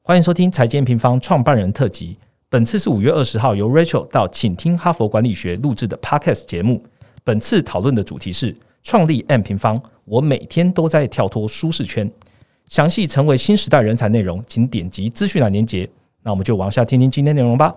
欢迎收听财经平方创办人特辑，本次是5月20号由 Rachel 到请听哈佛管理学录制的 Podcast 节目。本次讨论的主题是创立 M 平方，我每天都在跳脱舒适圈。详细成为新时代人才内容，请点击资讯栏连结。那我们就往下听听今天内容吧。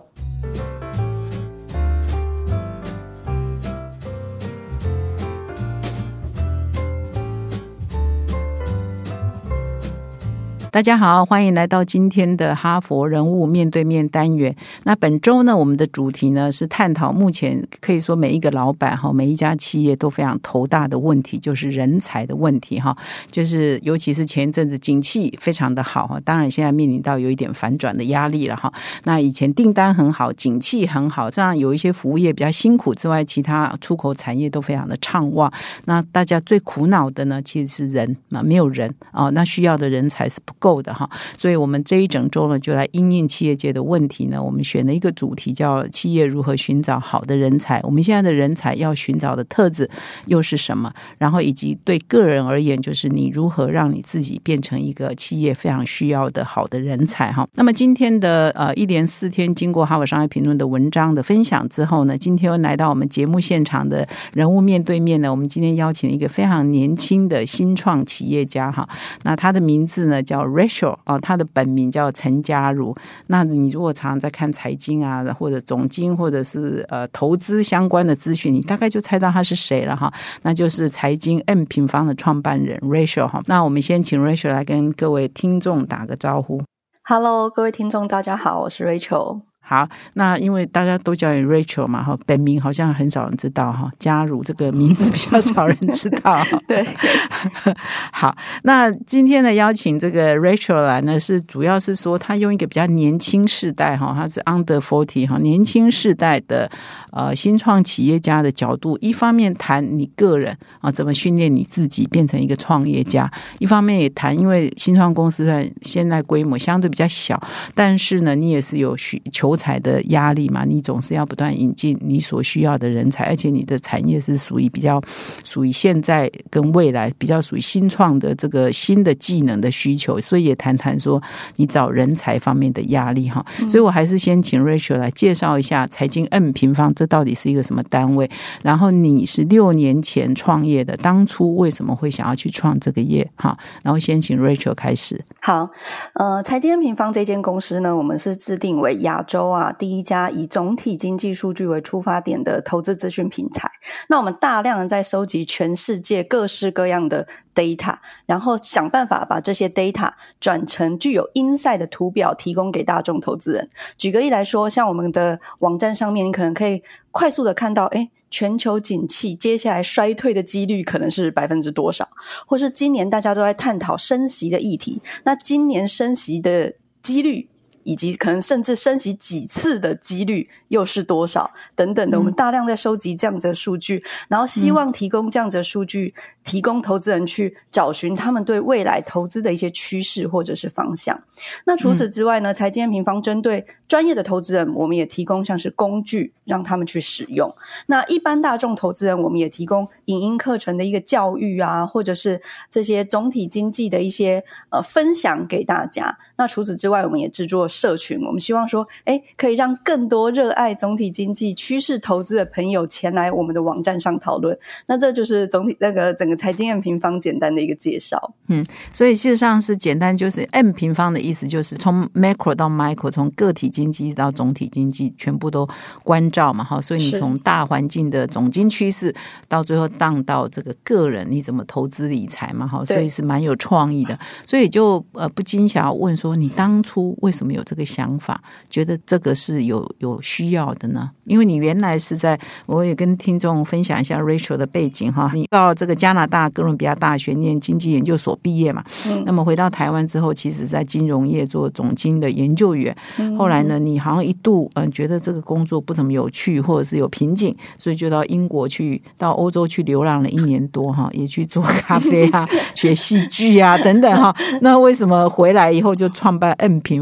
大家好，欢迎来到今天的哈佛人物面对面单元。那本周呢，我们的主题呢是探讨目前可以说每一个老板每一家企业都非常头大的问题，就是人才的问题就是尤其是前一阵子景气非常的好，当然现在面临到有一点反转的压力了那以前订单很好，景气很好，这样有一些服务业比较辛苦之外，其他出口产业都非常的畅旺。那大家最苦恼的呢，其实是人没有人那需要的人才是不够的所以我们这一整周呢，就来因应企业界的问题呢，我们选了一个主题叫企业如何寻找好的人才，我们现在的人才要寻找的特质又是什么，然后以及对个人而言，就是你如何让你自己变成一个企业非常需要的好的人才那么今天的一连4天经过哈佛商业评论的文章的分享之后呢，今天又来到我们节目现场的人物面对面呢，我们今天邀请一个非常年轻的新创企业家那他的名字呢叫 Rachel他的本名叫陈嘉如。那你如果常常在看财经啊，或者总经或者是投资相关的资讯，你大概就猜到他是谁了那就是财经 M 平方的创办人 Rachel 那我们先请 Rachel 来跟各位听众打个招呼。 Hello， 各位听众大家好，我是 Rachel。 好，那因为大家都叫你 Rachel 嘛本名好像很少人知道嘉如这个名字比较少人知道对好，那今天呢邀请这个 Rachel 来呢，是主要是说他用一个比较年轻世代他是 Under 40年轻世代的新创企业家的角度，一方面谈你个人怎么训练你自己变成一个创业家，一方面也谈因为新创公司现在规模相对比较小，但是呢你也是有求才的压力嘛，你总是要不断引进你所需要的人才，而且你的产业是属于现在跟未来比较属于新创的这个新的技能的需求，所以也谈谈说你找人才方面的压力所以我还是先请 Rachel 来介绍一下财经 M 平方这到底是一个什么单位，然后你是6年前创业的，当初为什么会想要去创这个业然后先请 Rachel 开始。 好，财经 M 平方这间公司呢，我们是制定为亚洲第一家以总体经济数据为出发点的投资资讯平台。那我们大量的在收集全世界各式各样的 data， 然后想办法把这些 data 转成具有 insight 的图表提供给大众投资人。举个例来说，像我们的网站上面，你可能可以快速的看到全球景气接下来衰退的几率可能是多少，或是今年大家都在探讨升息的议题，那今年升息的几率以及可能甚至升息几次的几率又是多少等等的，我们大量在收集这样子的数据，然后希望提供这样子的数据提供投资人去找寻他们对未来投资的一些趋势或者是方向。那除此之外呢，财经 M 平方针对专业的投资人，我们也提供像是工具让他们去使用。那一般大众投资人，我们也提供影音课程的一个教育或者是这些总体经济的一些分享给大家。那除此之外，我们也制作社群，我们希望说可以让更多热爱总体经济趋势投资的朋友前来我们的网站上讨论。那这就是整个财经 M 平方简单的一个介绍。 所以事实上是简单，就是 M 平方的意思就是从 macro 到 micro， 从个体经济到总体经济全部都关照嘛所以你从大环境的总经趋势到最后荡到这个个人你怎么投资理财嘛所以是蛮有创意的。所以就不禁想要问说，你当初为什么有这个想法，觉得这个是有需要的呢？因为你原来是我也跟听众分享一下 Rachel 的背景你到这个加拿大哥伦比亚大学念经济研究所毕业嘛那么回到台湾之后，其实在金融业做总经的研究员后来呢你好像一度觉得这个工作不怎么有趣或者是有瓶颈，所以就到英国到欧洲去流浪了1年多也去做咖啡学戏剧等等那为什么回来以后就创办 M 平方这也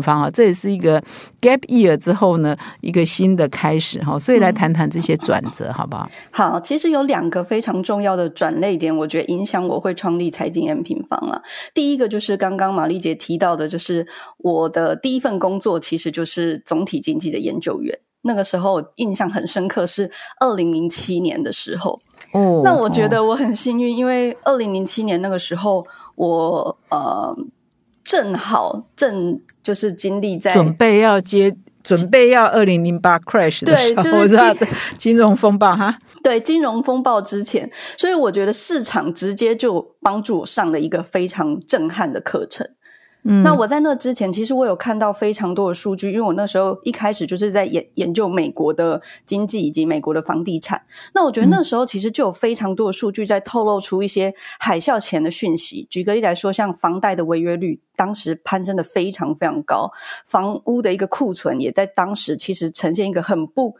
也是一个 gap year 之后呢一个新的开始哈，所以来谈谈这些转折好不好？ 好，其实有2个非常重要的转捩点，我觉得影响我会创立财经 M 平方了。第一个就是刚刚玛丽姐提到的，就是我的第一份工作其实就是总体经济的研究员。那个时候印象很深刻，是2007年的时候。那我觉得我很幸运，因为2007年那个时候我正就是经历在准备要2008 crash 的时候，对，就是金融风暴哈。 对，金融风暴之前，所以我觉得市场直接就帮助我上了一个非常震撼的课程。那我在那之前其实我有看到非常多的数据，因为我那时候一开始就是在研究美国的经济以及美国的房地产。那我觉得那时候其实就有非常多的数据在透露出一些海啸前的讯息。举个例来说，像房贷的违约率当时攀升的非常非常高，房屋的一个库存也在当时其实呈现一个很不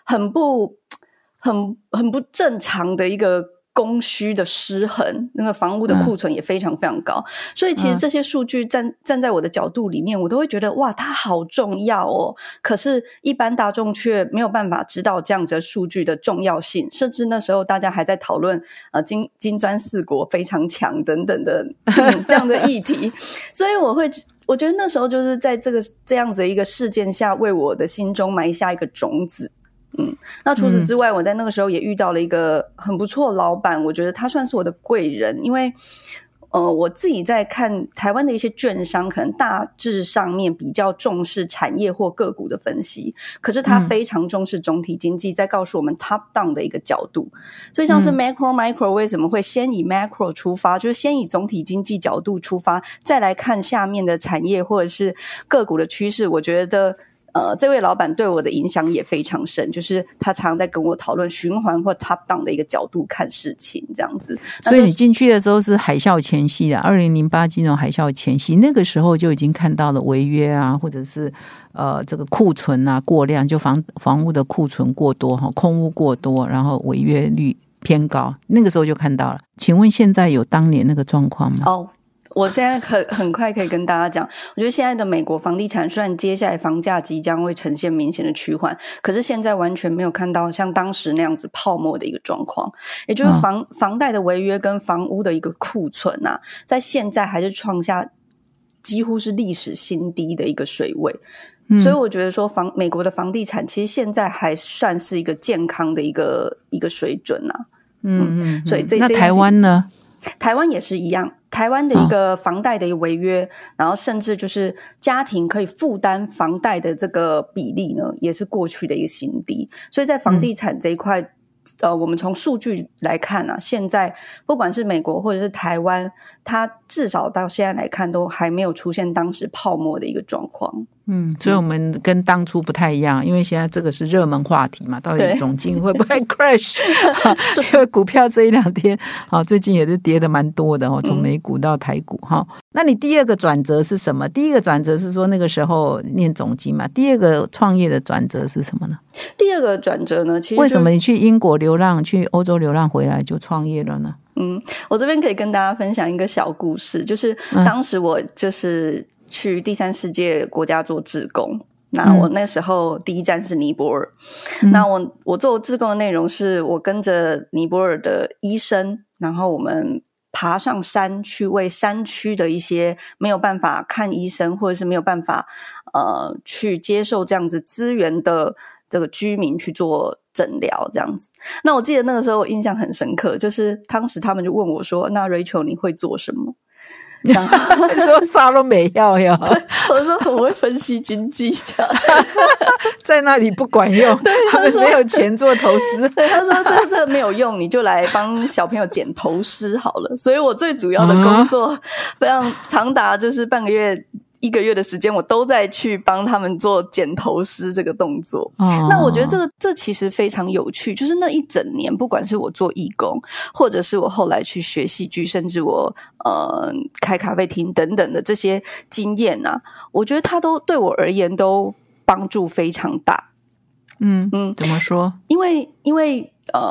正常的一个供需的失衡，那个房屋的库存也非常非常高。所以其实这些数据站在我的角度里面，我都会觉得哇，它好重要哦。可是一般大众却没有办法知道这样子的数据的重要性，甚至那时候大家还在讨论金砖4国非常强等等的这样的议题。所以我觉得那时候就是在这样子的一个事件下，为我的心中埋下一个种子。那除此之外，我在那个时候也遇到了一个很不错的老板，我觉得他算是我的贵人。因为我自己在看台湾的一些券商，可能大致上面比较重视产业或个股的分析，可是他非常重视总体经济，在告诉我们 top down 的一个角度。所以像是 micro 为什么会先以 macro 出发，就是先以总体经济角度出发，再来看下面的产业或者是个股的趋势。我觉得这位老板对我的影响也非常深，就是他常常在跟我讨论循环或 top down 的一个角度看事情这样子。 所以你进去的时候是海啸前夕的，2008金融海啸前夕，那个时候就已经看到了违约啊，或者是这个库存啊过量，就房屋的库存过多，空屋过多，然后违约率偏高，那个时候就看到了。请问现在有当年那个状况吗？ 我现在很快可以跟大家讲，我觉得现在的美国房地产虽然接下来房价即将会呈现明显的趋缓，可是现在完全没有看到像当时那样子泡沫的一个状况。也就是房贷的违约跟房屋的一个库存啊，在现在还是创下几乎是历史新低的一个水位。所以我觉得说美国的房地产其实现在还算是一个健康的一个水准啊。所以那台湾呢？ 台湾也是一样，台湾的一个房贷的一个违约，然后甚至就是家庭可以负担房贷的这个比例呢，也是过去的一个新低。所以在房地产这一块，我们从数据来看啊，现在不管是美国或者是台湾，它至少到现在来看都还没有出现当时泡沫的一个状况。 所以我们跟当初不太一样，因为现在这个是热门话题嘛，到底总经会不会 crash？ 因为股票这一两天最近也是跌的蛮多的从美股到台股那你第二个转折是什么？第一个转折是说那个时候念总经嘛，第二个创业的转折是什么呢？ 第二个转折呢，其实为什么你去英国流浪，去欧洲流浪回来就创业了呢？ 我这边可以跟大家分享一个小故事，就是当时我就是去第三世界国家做志工，那我那时候第一站是尼泊尔。那我做志工的内容是我跟着尼泊尔的医生，然后我们爬上山去为山区的一些没有办法看医生或者是没有办法去接受这样子资源的这个居民去做诊疗这样子。那我记得那个时候我印象很深刻，就是当时他们就问我说，那 Rachel 你会做什么？ 然后说沙龙美药呀， 我说我会分析经济的， 在那里不管用，他们没有钱做投资。 对，他说这没有用，你就来帮小朋友剪头虱好了。所以我最主要的工作非常长达就是半个月1个月的时间，我都在去帮他们做剪头虱这个动作。那我觉得这其实非常有趣，就是那一整年，不管是我做义工，或者是我后来去学戏剧，甚至我开咖啡厅等等的这些经验啊，我觉得它都对我而言都帮助非常大。 怎么说？ 因为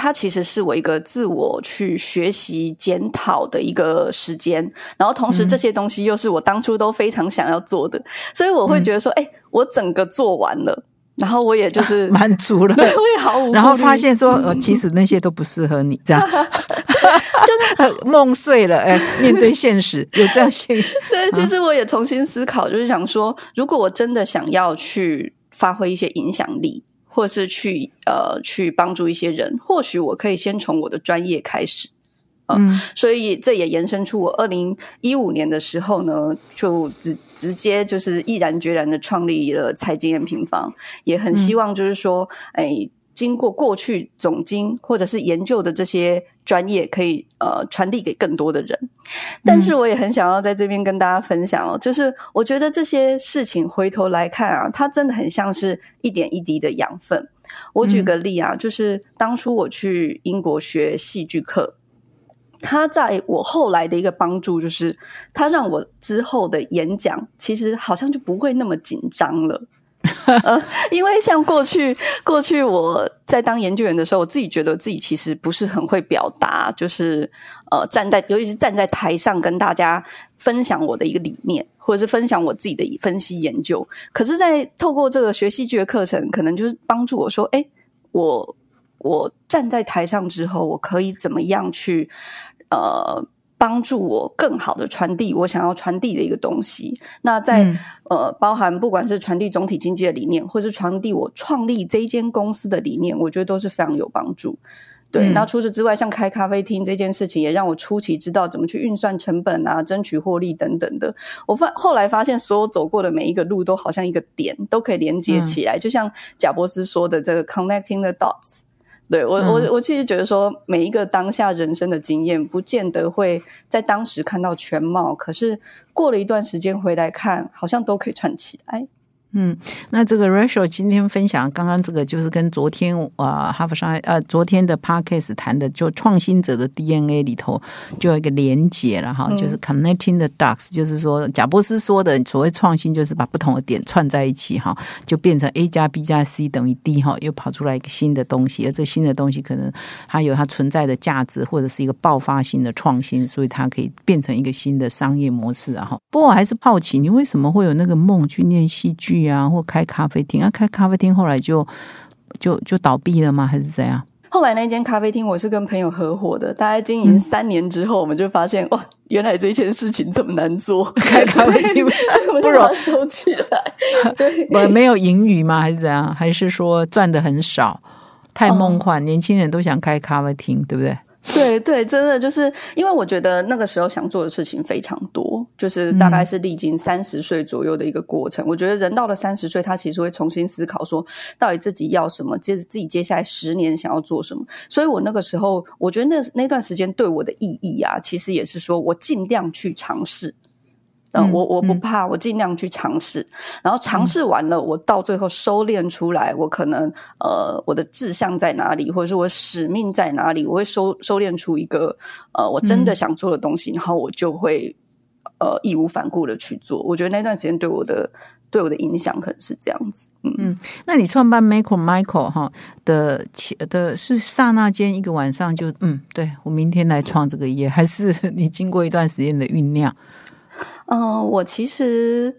它其实是我一个自我去学习检讨的一个时间，然后同时这些东西又是我当初都非常想要做的，所以我会觉得说我整个做完了，然后我也就是满足了， 对，我也毫无顾虑， 然后发现说其实那些都不适合你，这样就是梦碎了，面对现实有这样性。 对，其实我也重新思考，就是想说，如果我真的想要去发挥一些影响力，或是去帮助一些人，或许我可以先从我的专业开始。所以这也延伸出我2015年的时候呢，就直接就是毅然决然的创立了财经M平方，也很希望就是说经过过去总经或者是研究的这些专业可以传递给更多的人。但是我也很想要在这边跟大家分享就是我觉得这些事情回头来看啊，它真的很像是一点一滴的养分。我举个例啊，就是当初我去英国学戏剧课，他在我后来的一个帮助就是他让我之后的演讲其实好像就不会那么紧张了。因为像过去我在当研究员的时候，我自己觉得自己其实不是很会表达，就是尤其是站在台上跟大家分享我的一个理念，或者是分享我自己的分析研究。可是在透过这个学戏剧的课程，可能就是帮助我说我站在台上之后，我可以怎么样去帮助我更好的传递我想要传递的一个东西。那在包含不管是传递总体经济的理念，或是传递我创立这一间公司的理念，我觉得都是非常有帮助。对，那除此之外，像开咖啡厅这件事情也让我初期知道怎么去运算成本啊，争取获利等等的。我后来发现所有走过的每一个路都好像一个点，都可以连接起来，就像贾伯斯说的这个 connecting the dots。对，我其实觉得说每一个当下人生的经验不见得会在当时看到全貌，可是过了一段时间回来看，好像都可以串起来。 那这个 Rachel 今天分享刚刚这个就是跟昨天哈佛商业昨天的 Podcast 谈的就创新者的 DNA 里头就有一个连结了哈，就是 connecting the dots， 就是说贾伯斯说的所谓创新就是把不同的点串在一起哈，就变成 A 加 B 加 C 等于 D 哈，又跑出来一个新的东西，而这新的东西可能它有它存在的价值，或者是一个爆发性的创新，所以它可以变成一个新的商业模式啊。不过我还是好奇你为什么会有那个梦去念戏剧啊，或开咖啡厅开咖啡厅后来就倒闭了吗？还是怎样？ 后来那间咖啡厅我是跟朋友合伙的，大概经营3年之后，我们就发现哇，原来这件事情这么难做， 开咖啡厅不容易收起来。对， 没有盈余吗？还是怎样？还是说赚的很少，太梦幻，年轻人都想开咖啡厅，对不对？ 对对，真的就是因为我觉得那个时候想做的事情非常多，就是大概是历经30岁左右的一个过程。我觉得人到了30岁，他其实会重新思考说到底自己要什么，自己接下来10年想要做什么。所以我那个时候我觉得那段时间对我的意义啊，其实也是说我尽量去尝试。我不怕，我尽量去尝试，然后尝试完了，我到最后收敛出来，我可能我的志向在哪里，或者是我使命在哪里，我会收敛出一个我真的想做的东西，然后我就会义无反顾的去做。我觉得那段时间对我的影响可能是这样子。 那你创办 Michael 哈的是刹那间一个晚上就对，我明天来创这个业，还是你经过一段时间的酝酿？ 我其实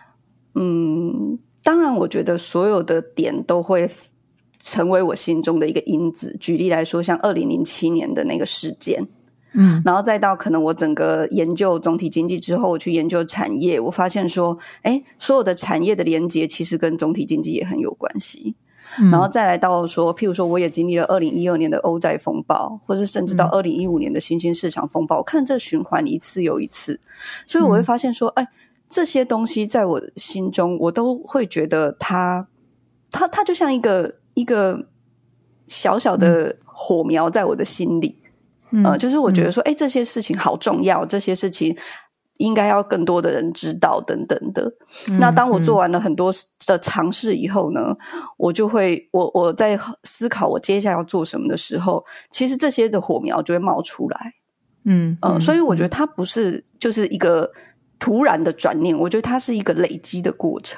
当然我觉得所有的点都会成为我心中的一个因子。举例来说，像2007年的那个事件，然后再到可能我整个研究总体经济之后，我去研究产业，我发现说所有的产业的连结其实跟总体经济也很有关系。然后再来到说，譬如说我也经历了2012年的欧债风暴，或是甚至到2015年的新兴市场风暴，我看这循环一次又一次，所以我会发现说这些东西在我心中我都会觉得它就像一个小小的火苗在我的心里。就是我觉得说这些事情好重要，这些事情应该要更多的人知道等等的。那当我做完了很多的尝试以后呢，我就会我在思考我接下来要做什么的时候，其实这些的火苗就会冒出来。所以我觉得它不是就是一个突然的转念，我觉得它是一个累积的过程。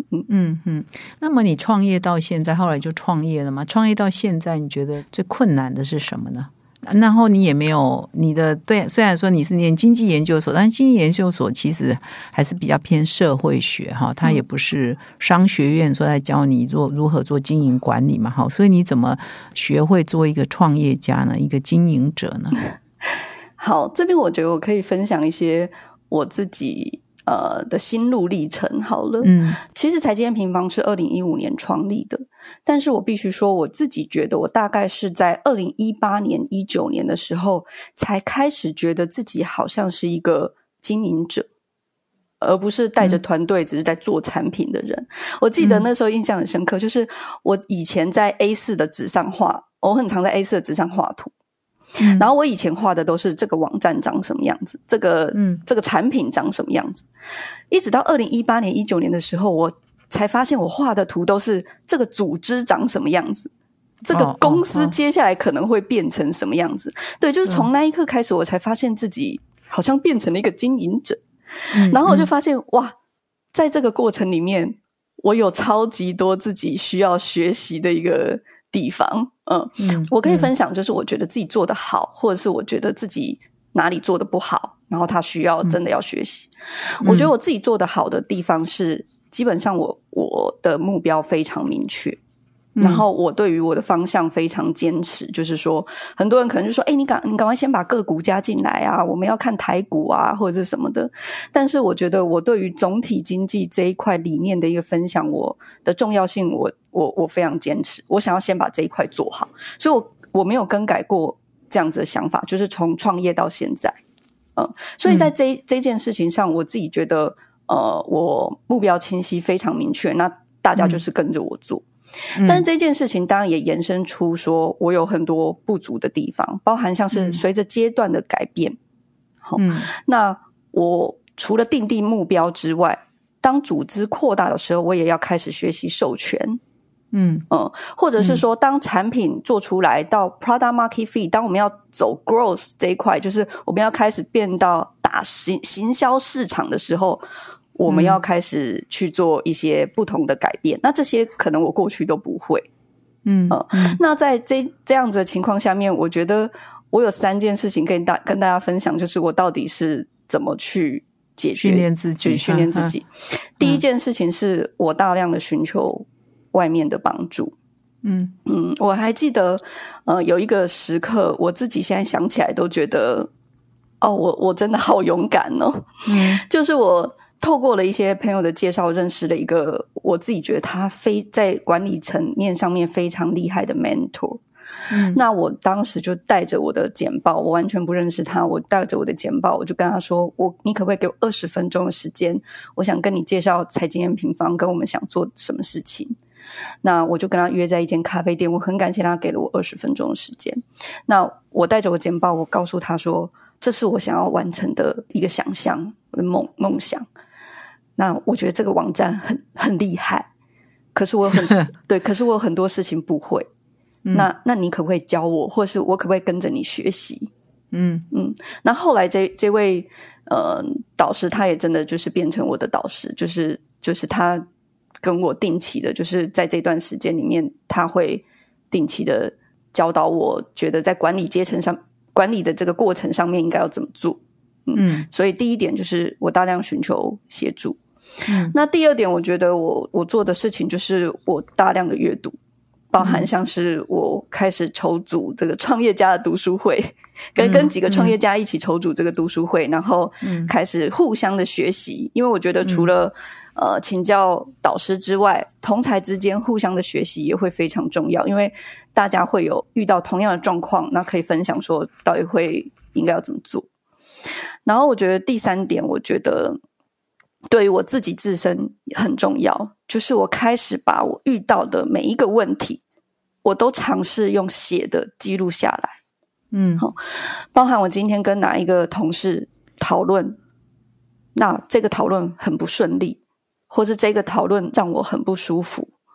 那么你创业到现在，后来就创业了吗？创业到现在，你觉得最困难的是什么呢？然后你也没有你的对，虽然说你是念经济研究所，但是经济研究所其实还是比较偏社会学哈，它也不是商学院说在教你如何做经营管理嘛，哈，所以你怎么学会做一个创业家呢？一个经营者呢？ 好，这边我觉得我可以分享一些我自己的心路历程好了。其实财经平方是2015年创立的，但是我必须说我自己觉得我大概是在2018年19年的时候才开始觉得自己好像是一个经营者，而不是带着团队只是在做产品的人。我记得那时候印象很深刻，就是我以前在 A4 的纸上画，我很常在 A4 的纸上画图，然后我以前画的都是这个网站长什么样子，这个产品长什么样子，一直到2018年19年的时候，我才发现我画的图都是这个组织长什么样子，这个公司接下来可能会变成什么样子。对，就是从那一刻开始，我才发现自己好像变成了一个经营者。然后我就发现哇，在这个过程里面，我有超级多自己需要学习的一个地方。我可以分享，就是我觉得自己做得好，或者是我觉得自己哪里做得不好，然后他需要真的要学习。我觉得我自己做得好的地方是，基本上我的目标非常明确，然后我对于我的方向非常坚持，就是说很多人可能就说你赶快先把个股加进来啊，我们要看台股啊或者是什么的。但是我觉得我对于总体经济这一块理念的一个分享，我的重要性我非常坚持，我想要先把这一块做好，所以我没有更改过这样子的想法，就是从创业到现在。所以在这件事情上，我自己觉得我目标清晰，非常明确，那大家就是跟着我做。但是这件事情当然也延伸出说我有很多不足的地方，包含像是随着阶段的改变。那我除了定目标之外，当组织扩大的时候，我也要开始学习授权。或者是说当产品做出来到 product market fit， 当我们要走 growth 这一块，就是我们要开始变到打行销市场的时候，我们要开始去做一些不同的改变。那这些可能我过去都不会。那在这样子的情况下面，我觉得我有3件事情跟大家分享，就是我到底是怎么去解决训练自己。第一件事情是我大量的寻求外面的帮助。我还记得有一个时刻，我自己现在想起来都觉得我真的好勇敢哦。就是我透过了一些朋友的介绍，认识了一个我自己觉得他在管理层面上面非常厉害的 mentor。那我当时就带着我的简报，我完全不认识他，我带着我的简报，我就跟他说你可不可以给我20分钟的时间，我想跟你介绍财经M平方跟我们想做什么事情。那我就跟他约在一间咖啡店，我很感谢他给了我20分钟的时间。那我带着我简报，我告诉他说这是我想要完成的一个想象，我的梦想。那我觉得这个网站很厉害，可是我对，可是我有很多事情不会。那你可不可以教我，或是我可不可以跟着你学习？那后来这位导师，他也真的就是变成我的导师，就是他跟我定期的，就是在这段时间里面，他会定期的教导我，觉得在管理阶层上，管理的这个过程上面应该要怎么做。所以第一点就是我大量寻求协助。那第二点，我觉得我做的事情就是我大量的阅读，包含像是我开始筹组这个创业家的读书会，跟几个创业家一起筹组这个读书会，然后开始互相的学习。因为我觉得除了请教导师之外，同才之间互相的学习也会非常重要，因为大家会有遇到同样的状况，那可以分享说到底应该要怎么做。然后我觉得第3点，我觉得对于我自己自身很重要，就是我开始把我遇到的每一个问题，我都尝试用写的记录下来。包含我今天跟哪一个同事讨论，那这个讨论很不顺利，或是这个讨论让我很不舒服，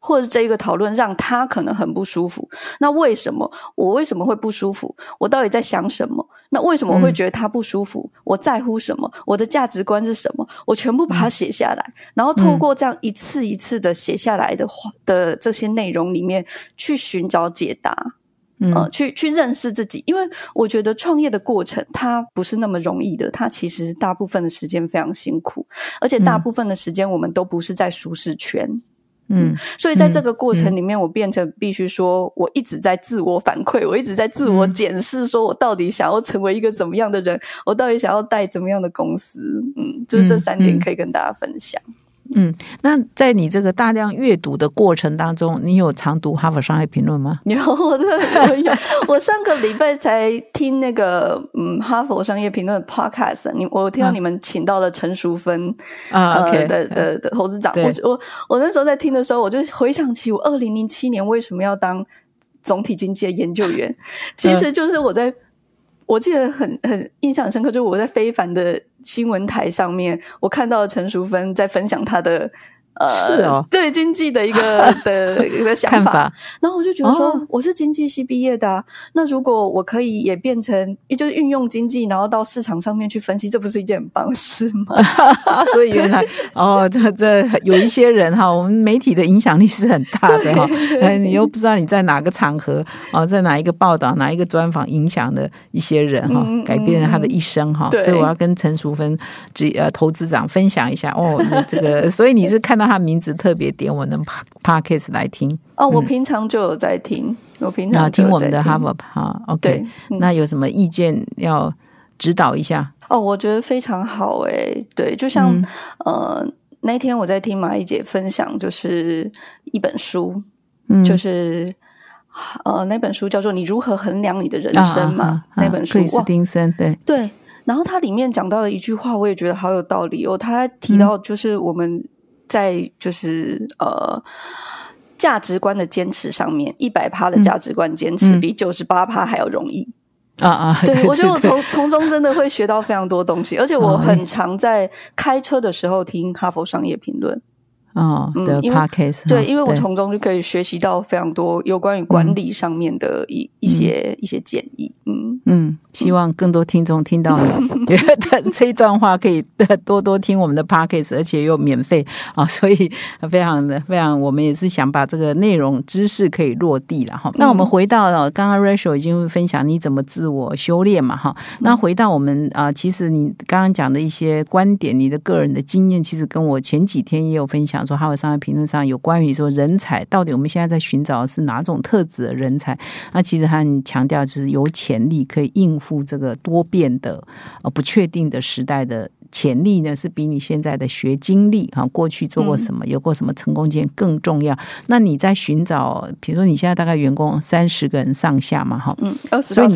或者这一个讨论让他可能很不舒服，那为什么会不舒服？我到底在想什么？那为什么我会觉得他不舒服？我在乎什么？我的价值观是什么？我全部把它写下来，然后透过这样一次一次的写下来的这些内容里面去寻找解答。去认识自己，因为我觉得创业的过程它不是那么容易的，它其实大部分的时间非常辛苦，而且大部分的时间我们都不是在舒适圈。所以在这个过程里面，我变成必须说我一直在自我反馈，我一直在自我检视，说我到底想要成为一个怎么样的人，我到底想要带怎么样的公司。就是这3点可以跟大家分享。 那在你这个大量阅读的过程当中，你有常读哈佛商业评论吗？ 有，我上个礼拜才听那个哈佛商业评论的 podcast， 我听到你们请到了陈淑芬的投资长，我那时候在听的时候，我就回想起我2007年为什么要当总体经济的研究员，其实就是我记得很印象很深刻，就是我在非凡的新闻台上面，我看到陈淑芬在分享她的对经济的一个想法，然后我就觉得说，我是经济系毕业的啊，那如果我可以也变成就是运用经济，然后到市场上面去分析，这不是一件很棒的事吗？ 所以原来这有一些人哈，我们媒体的影响力是很大的哈，你又不知道你在哪个场合在哪一个报道、哪一个专访影响了一些人哈，改变了他的一生哈，所以我要跟陈淑芬投资长分享一下这个，所以你是看到他名字特别点我的 podcast 来听我平常就有在听，我平常听我们的哈佛OK，那有什么意见要指导一下？ 我觉得非常好对，就像那天我在听马一姐分享，就是一本书，就是那本书叫做《你如何衡量你的人生》嘛，那本书克里斯汀森对，然后它里面讲到的一句话，我也觉得好有道理他提到就是我们在就是价值观的坚持上面，100%的价值观坚持比98%还要容易对，我觉得我从中真的会学到非常多东西，而且我很常在开车的时候听哈佛商业评论的 podcast， 对，因为我从中就可以学习到非常多有关于管理上面的一些建议。 希望更多听众听到你觉得这一段话可以多多听我们的 podcast， 而且又免费所以非常我们也是想把这个内容知识可以落地了那我们回到刚刚 Rachel 已经分享你怎么自我修炼嘛那回到我们其实你刚刚讲的一些观点，你的个人的经验，其实跟我前几天也有分享说哈佛商业评论上有关于说人才到底我们现在在寻找的是哪种特质的人才，那其实他很强调就是有潜力可以应付这个多变的不确定的时代的潜力呢，是比你现在的学经历过去做过什么有过什么成功经验更重要。那你在寻找比如说你现在大概员工30个人上下嘛 20到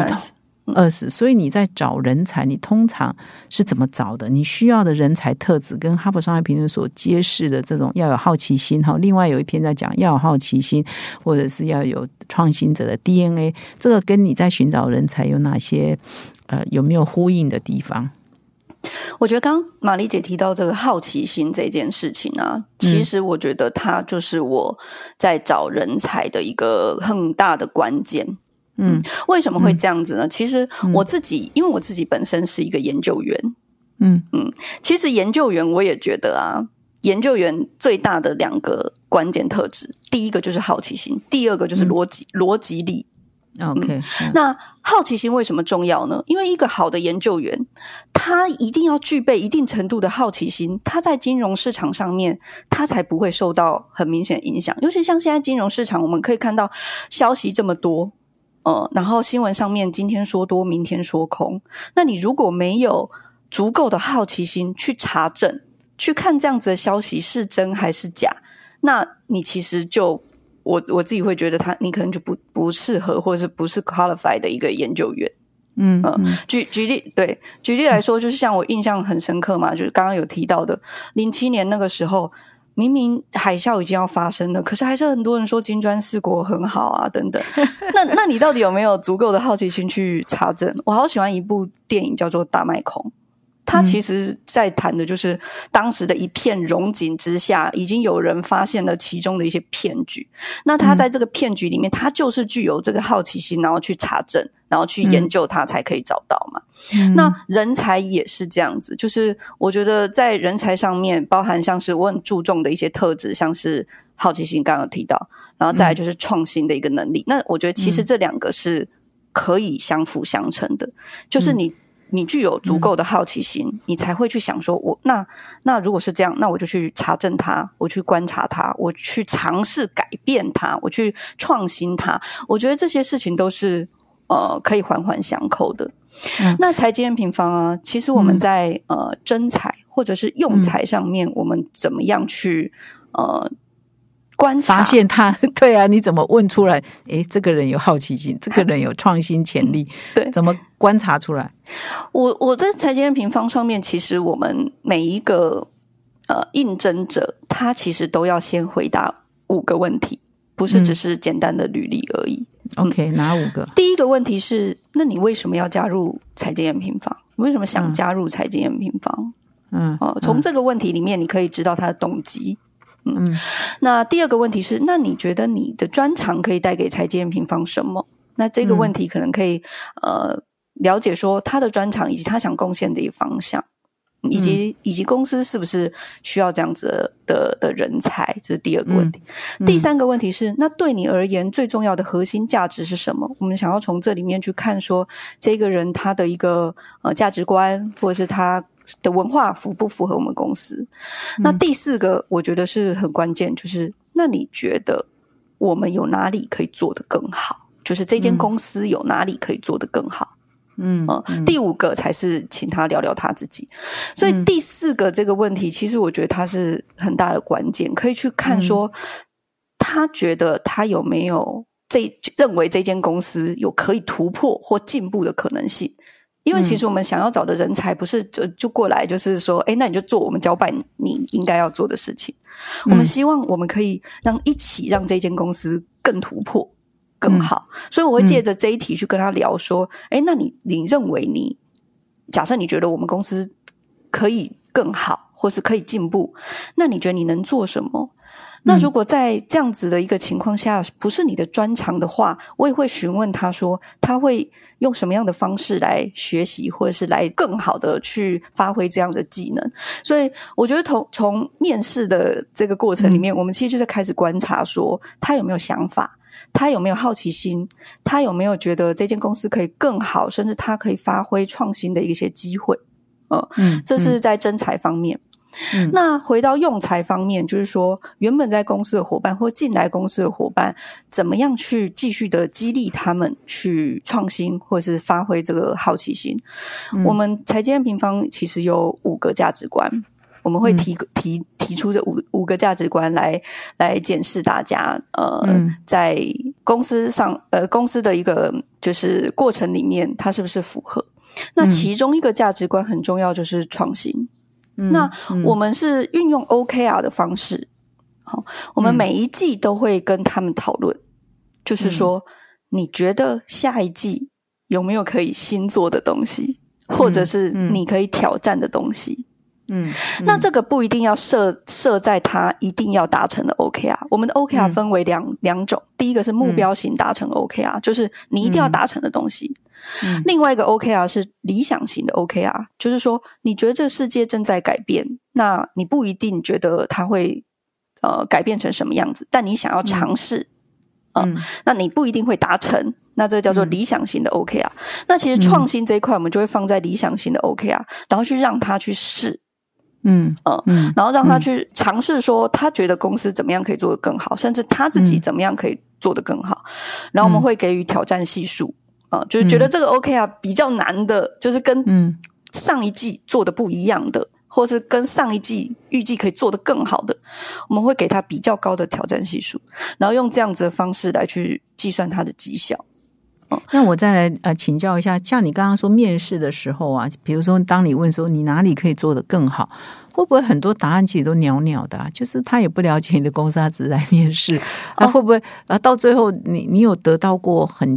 30， 所以你在找人才，你通常是怎么找的？你需要的人才特质跟哈佛商业评论所揭示的这种要有好奇心另外有一篇在讲要有好奇心，或者是要有创新者的 DNA， 这个跟你在寻找人才有哪些有没有呼应的地方？ 我觉得刚刚玛丽姐提到这个好奇心这件事情其实我觉得它就是我在找人才的一个很大的关键。为什么会这样子呢？其实我自己因为我自己本身是一个研究员其实研究员我也觉得研究员最大的2个关键特质，第一个就是好奇心，第二个就是逻辑力。 OK， 那好奇心为什么重要呢？因为一个好的研究员，他一定要具备一定程度的好奇心，他在金融市场上面，他才不会受到很明显的影响。尤其像现在金融市场，我们可以看到消息这么多，然后新闻上面今天说多，明天说空。那你如果没有足够的好奇心去查证，去看这样子的消息是真还是假，那你其实就我自己会觉得你可能就不适合，或者是不是 qualified 的一个研究员。举例来说，就是像我印象很深刻嘛，就是刚刚有提到的07年那个时候，明明海啸已经要发生了，可是还是很多人说金砖4国很好等等。那你到底有没有足够的好奇心去查证？我好喜欢一部电影叫做《大麦空》， 他其实在谈的就是当时的一片荣景之下，已经有人发现了其中的一些骗局。那他在这个骗局里面，他就是具有这个好奇心，然后去查证，然后去研究它，才可以找到嘛。那人才也是这样子，就是我觉得在人才上面，包含像是我很注重的一些特质，像是好奇心，刚刚有提到，然后再来就是创新的一个能力。那我觉得其实这两个是可以相辅相成的，就是你具有足够的好奇心，你才会去想说那如果是这样，那我就去查证它，我去观察它，我去尝试改变它，我去创新它。我觉得这些事情都是可以环环相扣的。那财经 M 平方啊，其实我们在征才或者是用才上面，我们怎么样去观察发现他？对啊，你怎么问出来？诶，这个人有好奇心，这个人有创新潜力， 对， 怎么观察出来？ 我在财经 M 平方上面，其实我们每一个应征者，他其实都要先回答5个问题，不是只是简单的履历而已。 OK， 哪5个？ 第一个问题是，那你为什么要加入财经 M 平方？你为什么想加入财经 M 平方？从这个问题里面，你可以知道他的动机。那第二个问题是，那你觉得你的专长可以带给财经 M 平方什么？那这个问题可能可以了解说他的专长以及他想贡献的一个方向，以及公司是不是需要这样子的人才，这是第二个问题。第三个问题是，那对你而言最重要的核心价值是什么？我们想要从这里面去看说，这个人他的一个价值观，或者是他的文化符不符合我们公司。那第四个我觉得是很关键，就是那你觉得我们有哪里可以做得更好，就是这间公司有哪里可以做得更好。第5个才是请他聊聊他自己。所以第4个这个问题，其实我觉得它是很大的关键，可以去看说他觉得他有没有认为这间公司有可以突破或进步的可能性。因为其实我们想要找的人才不是就过来就是说那你就做我们交办你应该要做的事情。我们希望我们可以一起让这间公司更突破更好。所以我会借着这一题去跟他聊说那你认为假设你觉得我们公司可以更好或是可以进步，那你觉得你能做什么？那如果在这样子的一个情况下不是你的专长的话，我也会询问他说他会用什么样的方式来学习，或者是来更好的去发挥这样的技能。所以我觉得从面试的这个过程里面，我们其实就在开始观察说他有没有想法，他有没有好奇心，他有没有觉得这间公司可以更好，甚至他可以发挥创新的一些机会。这是在征才方面。那回到用才方面，就是说原本在公司的伙伴或进来公司的伙伴，怎么样去继续的激励他们去创新或者是发挥这个好奇心。我们财经 M 平方其实有5个价值观，我们会提出这五个价值观来检视大家在公司上公司的一个就是过程里面它是不是符合。那其中一个价值观很重要，就是创新。那我们是运用 OKR 的方式，我们每一季都会跟他们讨论，就是说你觉得下一季有没有可以新做的东西，或者是你可以挑战的东西。那这个不一定要设在它一定要达成的 OKR。我们的 OKR 分为两种，第一个是目标型达成 OKR，就是你一定要达成的东西。另外一个 OKR 是理想型的 OKR， 就是说你觉得这个世界正在改变，那你不一定觉得它会改变成什么样子，但你想要尝试那你不一定会达成，那这个叫做理想型的 OKR。那其实创新这一块我们就会放在理想型的 OKR， 然后去让他去试然后让他去尝试说他觉得公司怎么样可以做得更好，甚至他自己怎么样可以做得更好。然后我们会给予挑战系数就是觉得这个 OKR 比较难的，就是跟上一季做的不一样的，或是跟上一季预计可以做得更好的，我们会给他比较高的挑战系数，然后用这样子的方式来去计算他的绩效。 那我再来请教一下，像你刚刚说面试的时候啊，比如说当你问说你哪里可以做得更好，会不会很多答案其实都袅袅的就是他也不了解你的公司，他只是来面试，那会不会到最后你有得到过很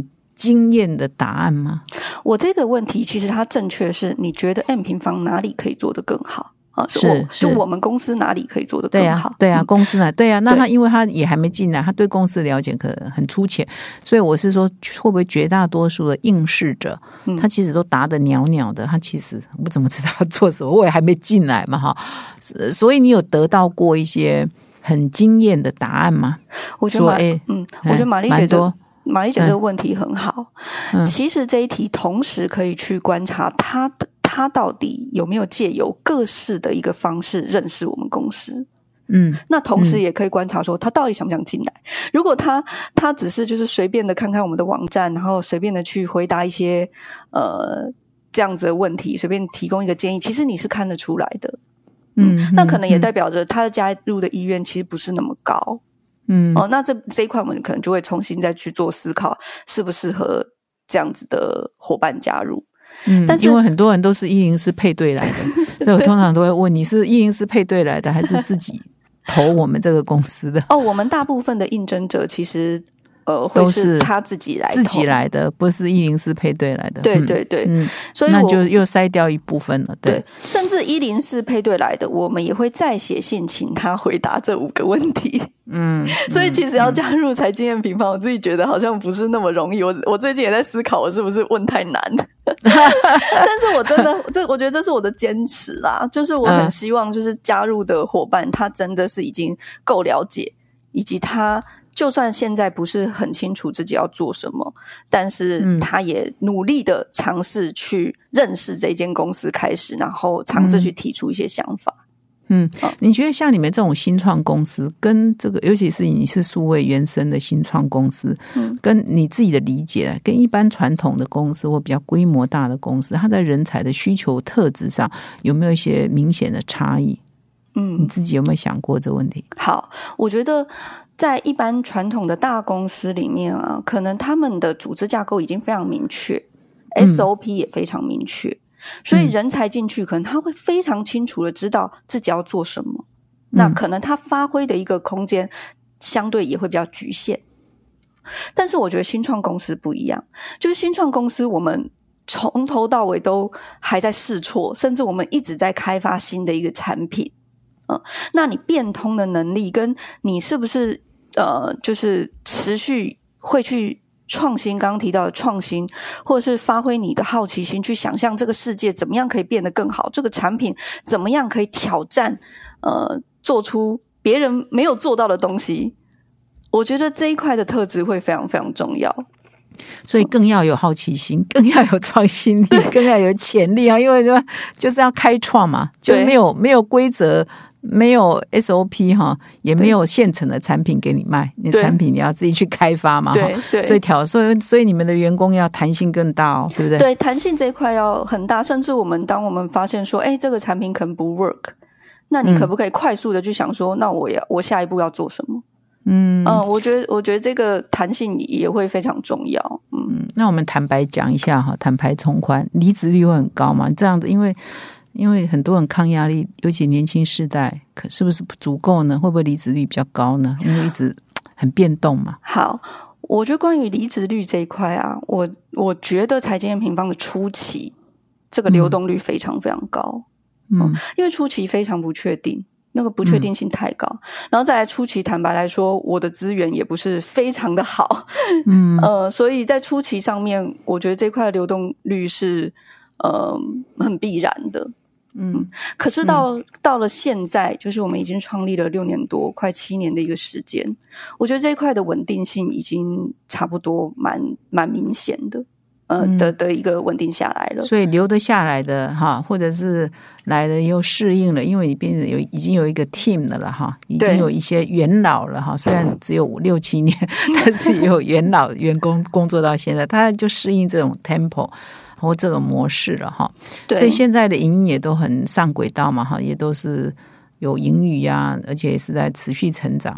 惊艳的答案吗？ 我这个问题其实它正确是，你觉得 M 平方哪里可以做得更好？就我们公司哪里可以做得更好？ 对啊，公司呢？对啊，那他因为他也还没进来，他对公司了解可能很粗浅，所以我是说，会不会绝大多数的应试者，他其实都答得袅袅的，他其实我怎么知道做什么？我也还没进来嘛，哈。所以你有得到过一些很惊艳的答案吗？ 我觉得我觉得玛丽姐这个问题很好。其实这一题同时可以去观察他到底有没有借由各式的一个方式认识我们公司。那同时也可以观察说他到底想不想进来。如果他只是就是随便的看看我们的网站，然后随便的去回答一些这样子的问题，随便提供一个建议，其实你是看得出来的。那可能也代表着他的加入的意愿其实不是那么高。那这一块我们可能就会重新再去做思考，适不适合这样子的伙伴加入。但是因为很多人都是104配对来的，所以我通常都会问你是104配对来的还是自己投我们这个公司的？ 我们大部分的应征者其实会是他自己来的， 不是104配对来的。 对对对，所以那就又筛掉一部分了。对， 甚至104配对来的，我们也会再写信请他回答这5个问题。所以其实要加入财经验平方，我自己觉得好像不是那么容易。我最近也在思考，我是不是问太难？但是我真的我觉得这是我的坚持啦，就是我很希望就是加入的伙伴，他真的是已经够了解，以及他就算现在不是很清楚自己要做什么，但是他也努力的尝试去认识这间公司开始，然后尝试去提出一些想法。 你觉得像你们这种新创公司跟这个，尤其是你是数位原生的新创公司，跟你自己的理解，跟一般传统的公司或比较规模大的公司，它在人才的需求特质上有没有一些明显的差异？你自己有没有想过这个问题？ 好，我觉得在一般传统的大公司里面啊，可能他们的组织架构已经非常明确，SOP 也非常明确，所以人才进去可能他会非常清楚的知道自己要做什么，那可能他发挥的一个空间相对也会比较局限。但是我觉得新创公司不一样，就是新创公司我们从头到尾都还在试错，甚至我们一直在开发新的一个产品。那你变通的能力跟你是不是就是持续会去创新，刚刚提到的创新，或者是发挥你的好奇心去想象这个世界怎么样可以变得更好，这个产品怎么样可以挑战做出别人没有做到的东西，我觉得这一块的特质会非常非常重要。 所以更要有好奇心，更要有创新力，更要有潜力啊！因为就是要开创嘛，就没有规则，没有 SOP 哈，也没有现成的产品给你卖，你的产品你要自己去开发嘛。 对， 所以你们的员工要弹性更大哦，对不对？ 对，弹性这一块要很大，甚至当我们发现说，这个产品可能不 work， 那你可不可以快速的去想说，那我下一步要做什么？我觉得这个弹性也会非常重要。 那我们坦白讲一下哈，坦白从宽，离职率会很高嘛？这样子，因为很多人抗压力，尤其年轻世代，是不是不足够呢？会不会离职率比较高呢？因为一直很变动嘛。 好，我觉得关于离职率这一块啊，我觉得财经验平方的初期这个流动率非常非常高。因为初期非常不确定。那个不确定性太高，然后再来初期，坦白来说，我的资源也不是非常的好，所以在初期上面，我觉得这块流动率是很必然的，可是到了现在，就是我们已经创立了6年多，快7年的一个时间，我觉得这一块的稳定性已经差不多蛮明显的。的一个稳定下来了， 所以留得下来的哈，或者是来了又适应了，因为你变成已经有一个 team 的了哈，已经有一些元老了哈，虽然只有5-6-7年，但是也有元老员工工作到现在，他就适应这种 tempo 或这种模式了哈。所以现在的营运也都很上轨道嘛哈，也都是有盈余啊，而且是在持续成长。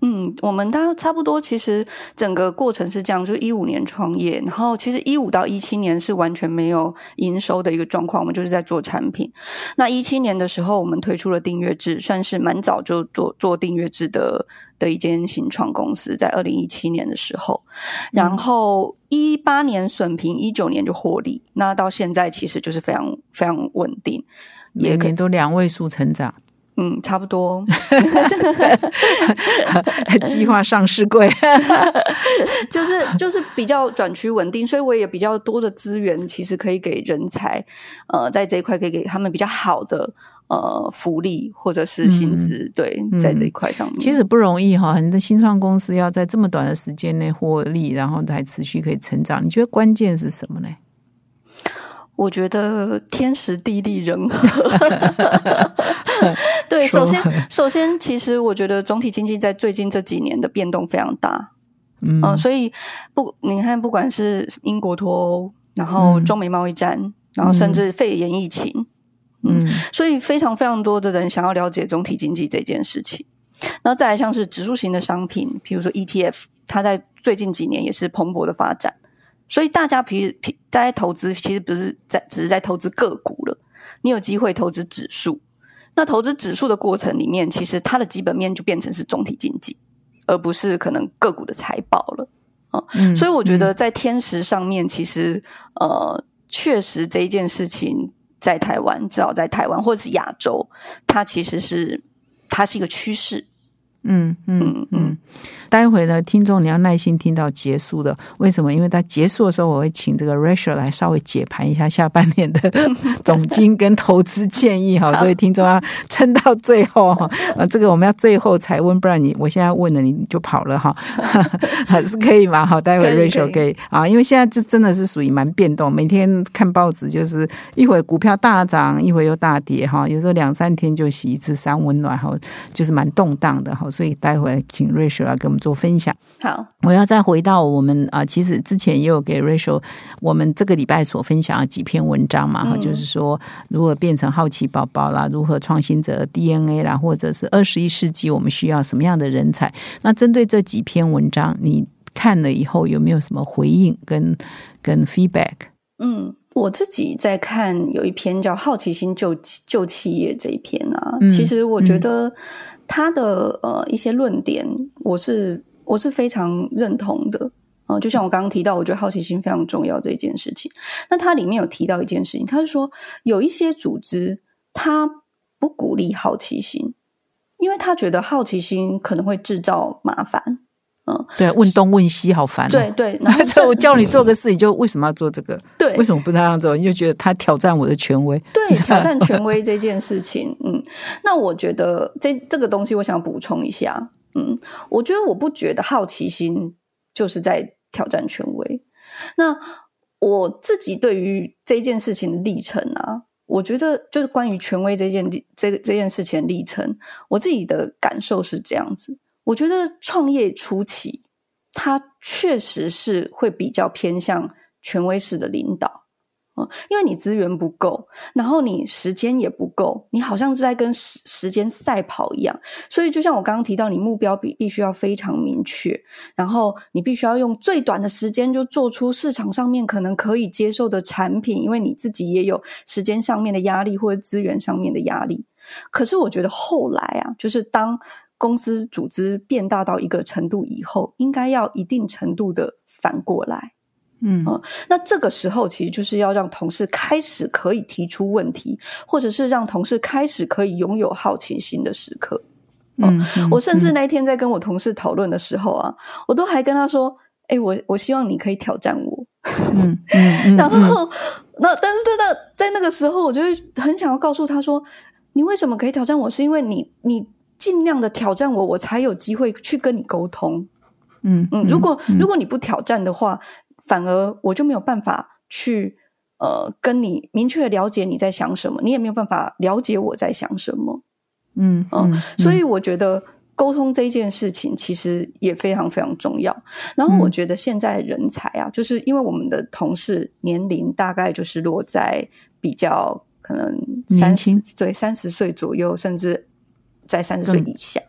我们大概差不多，其实整个过程是这样，就是15年创业，然后其实15到17年是完全没有营收的一个状况，我们就是在做产品。那17年的时候，我们推出了订阅制，算是蛮早就做订阅制的一间新创公司，在2017年的时候，然后18年损平，19年就获利，那到现在其实就是非常非常稳定， 每年都2位数成长。 差不多计划上市柜就是比较转趋稳定，所以我也比较多的资源其实可以给人才在这一块可以给他们比较好的福利或者是薪资，对，在这一块上面其实不容易哈，很多新创公司要在这么短的时间内获利，然后还持续可以成长，你觉得关键是什么呢？ 我觉得天时地利人和对，首先其实我觉得总体经济在最近这几年的变动非常大，所以你看不管是英国脱欧，然后中美贸易战，然后甚至肺炎疫情，所以非常非常多的人想要了解总体经济这件事情。然后再来像是指数型的商品，比如说 ETF， 它在最近几年也是蓬勃的发展，所以大家在投资其实不是只是在投资个股了，你有机会投资指数，那投资指数的过程里面，其实它的基本面就变成是总体经济，而不是可能个股的财报了。所以我觉得在天时上面，其实确实这一件事情在台湾，至少在台湾或者是亚洲，它其实是一个趋势。 待会呢，听众你要耐心听到结束的。为什么？因为在结束的时候，我会请这个 Rachel 来稍微解盘一下下半年的总经跟投资建议哈，所以听众要撑到最后哈。这个我们要最后才问，不然我现在问了你就跑了哈，是可以吗？好，待会 Rachel 可以啊，因为现在这真的是属于蛮变动，每天看报纸就是一会股票大涨，一会又大跌哈，有时候2-3天就洗一次三温暖哈，就是蛮动荡的哈。所以待会请 Rachel 来跟我们做分享。 好， 我要再回到我们其实之前也有给 Rachel 我们这个礼拜所分享的几篇文章嘛，就是说如何变成好奇宝宝啦，如何创新者 DNA 啦，或者是21世纪我们需要什么样的人才。那针对这几篇文章，你看了以后有没有什么回应跟 feedback？ 我自己在看有一篇叫《好奇心救企业》这一篇啊，其实我觉得他的一些论点我是非常认同的。就像我刚刚提到，我觉得好奇心非常重要这一件事情。那他里面有提到一件事情，他是说有一些组织他不鼓励好奇心，因为他觉得好奇心可能会制造麻烦。 对，问东问西好烦。 对，然后我叫你做个事，你就为什么要做这个？ 对， 为什么不那样做？你就觉得他挑战我的权威。 对，挑战权威这件事情，那我觉得这个东西我想补充一下。我觉得我不觉得好奇心就是在挑战权威。那我自己对于这件事情的历程啊，我觉得就是关于权威这件事情的历程，我自己的感受是这样子。我觉得创业初期它确实是会比较偏向权威式的领导，因为你资源不够，然后你时间也不够，你好像是在跟时间赛跑一样。所以就像我刚刚提到，你目标必须要非常明确，然后你必须要用最短的时间就做出市场上面可能可以接受的产品，因为你自己也有时间上面的压力或者资源上面的压力。可是我觉得后来啊，就是当公司组织变大到一个程度以后，应该要一定程度的反过来。那这个时候其实就是要让同事开始可以提出问题，或者是让同事开始可以拥有好奇心的时刻。我甚至那一天在跟我同事讨论的时候啊，我都还跟他说我希望你可以挑战我。然后但是在那个时候我就会很想要告诉他说，你为什么可以挑战我，是因为你尽量的挑战我才有机会去跟你沟通。如果你不挑战的话，反而我就没有办法去跟你明确了解你在想什么，你也没有办法了解我在想什么。所以我觉得沟通这件事情其实也非常非常重要。然后我觉得现在人才啊，就是因为我们的同事年龄大概就是落在比较可能30岁左右，甚至在30岁以下。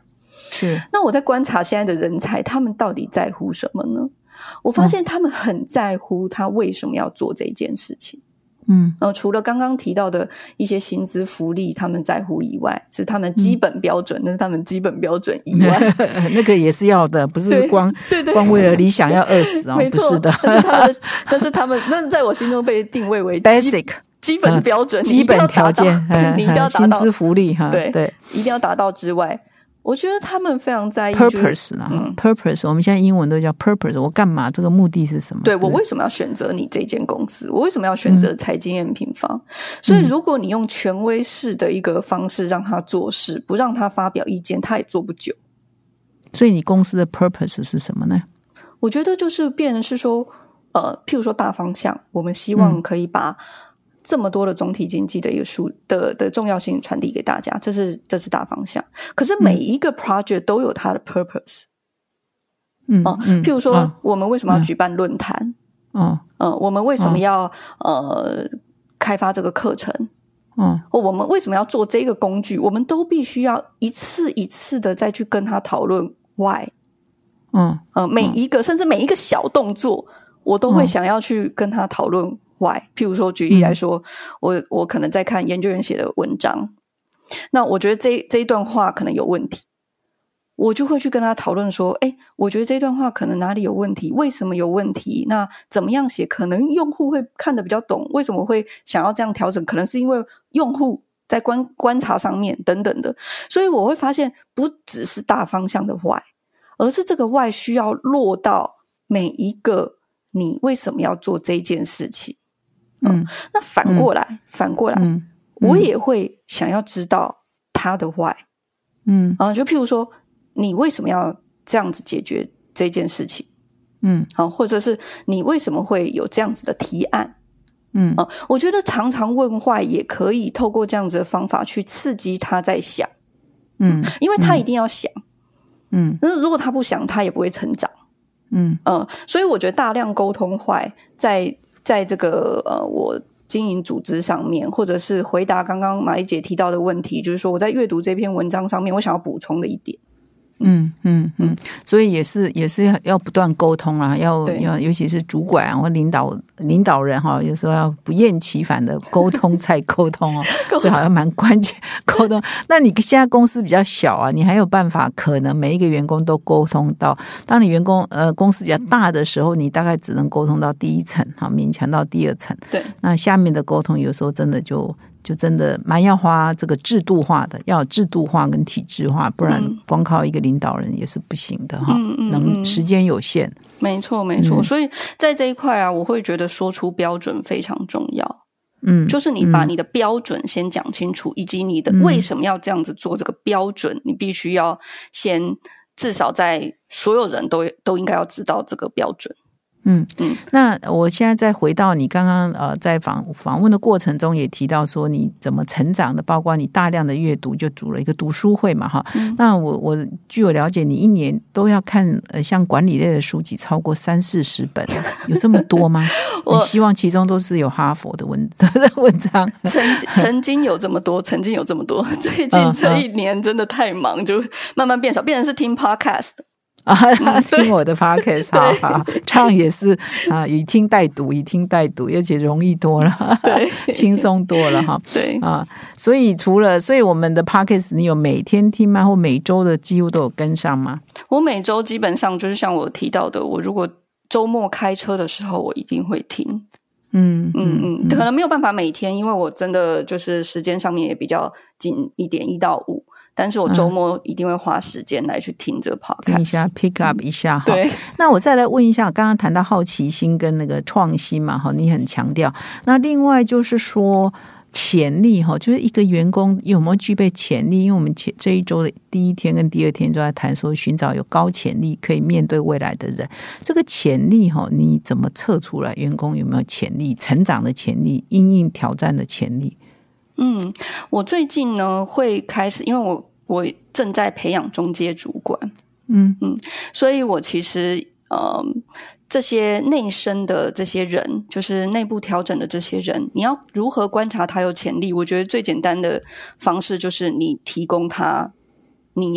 是。 那我在观察现在的人才，他们到底在乎什么呢？我发现他们很在乎他为什么要做这件事情。除了刚刚提到的一些薪资福利他们在乎以外，是他们基本标准，那是他们基本标准以外那个也是要的，不是光为了理想要饿死哦，不是的。 但是他们那在我心中被定位为 basic 基本标准， 基本条件， 你一定要达到薪资福利哈， 对，一定要达到之外，我觉得他们非常在意 purpose 啦，purpose， 我们现在英文都叫 purpose， 我干嘛？这个目的是什么？ 对，我为什么要选择你这间公司？我为什么要选择财经 M 平方？所以如果你用权威式的一个方式让他做事，不让他发表意见，他也做不久。 所以你公司的 purpose 是什么呢？ 我觉得就是变成是说，譬如说大方向，我们希望可以把这么多的总体经济的一个的重要性传递给大家，这是大方向。可是每一个 project 都有它的 purpose。譬如说，我们为什么要举办论坛？我们为什么要开发这个课程？或我们为什么要做这个工具？我们都必须要一次一次的再去跟他讨论 why。每一个甚至每一个小动作，我都会想要去跟他讨论。why？ 譬如说举例来说，我可能在看研究员写的文章，那我觉得这一段话可能有问题，我就会去跟他讨论说，我觉得这段话可能哪里有问题，为什么有问题，那怎么样写可能用户会看得比较懂，为什么会想要这样调整，可能是因为用户在观察上面等等的。所以我会发现不只是大方向的 why， 而是这个 why 需要落到每一个你为什么要做这件事情。那反过来，我也会想要知道他的 why。就譬如说，你为什么要这样子解决这件事情？或者是你为什么会有这样子的提案？我觉得常常问 why 也可以透过这样子的方法去刺激他在想。因为他一定要想。那如果他不想，他也不会成长。所以我觉得大量沟通 why 在这个我经营组织上面，或者是回答刚刚玛丽姐提到的问题，就是说我在阅读这篇文章上面我想要补充的一点。 所以也是要不断沟通啦，要尤其是主管或领导人哈，有时候要不厌其烦的沟通再沟通哦，这好像蛮关键。沟通，那你现在公司比较小啊，你还有办法可能每一个员工都沟通到？当你公司比较大的时候，你大概只能沟通到第一层，哈，勉强到第二层。 对， 那下面的沟通有时候真的就真的蛮要花这个制度化的，要有制度化跟体制化，不然光靠一个领导人也是不行的哈。时间有限， 没错。所以在这一块啊，我会觉得说出标准非常重要。就是你把你的标准先讲清楚，以及你的为什么要这样子做这个标准，你必须要先至少在所有人都应该要知道这个标准。 那我现在再回到你刚刚在访问的过程中也提到说你怎么成长的，包括你大量的阅读，就组了一个读书会嘛哈。那我据我了解，你一年都要看像管理类的书籍超过30-40本，有这么多吗？我希望其中都是有哈佛的文章。 曾经有这么多，最近这一年真的太忙，就慢慢变少，变成是听 podcast。 听我的 podcast， 好，这样也是以听代读，而且容易多了，轻松多了哈。 对所以我们的 podcast 你有每天听吗？或每周的几乎都有跟上吗？ 我每周基本上就是像我提到的，我如果周末开车的时候，我一定会听。可能没有办法每天，因为我真的就是时间上面也比较紧一点，1到5。但是我周末一定会花时间来去听这个 podcast， 听一下 pick up 一下哈。 对， 那我再来问一下，刚刚谈到好奇心跟那个创新嘛哈，你很强调。那另外就是说潜力哈，就是一个员工有没有具备潜力？因为我们这一周的第一天跟第二天都在谈说寻找有高潜力可以面对未来的人。这个潜力哈，你怎么测出来？员工有没有潜力？成长的潜力，因应挑战的潜力？ 我最近呢会开始，因为我正在培养中阶主管，所以我其实这些内生的这些人，就是内部调整的这些人，你要如何观察他有潜力？我觉得最简单的方式就是你提供他你要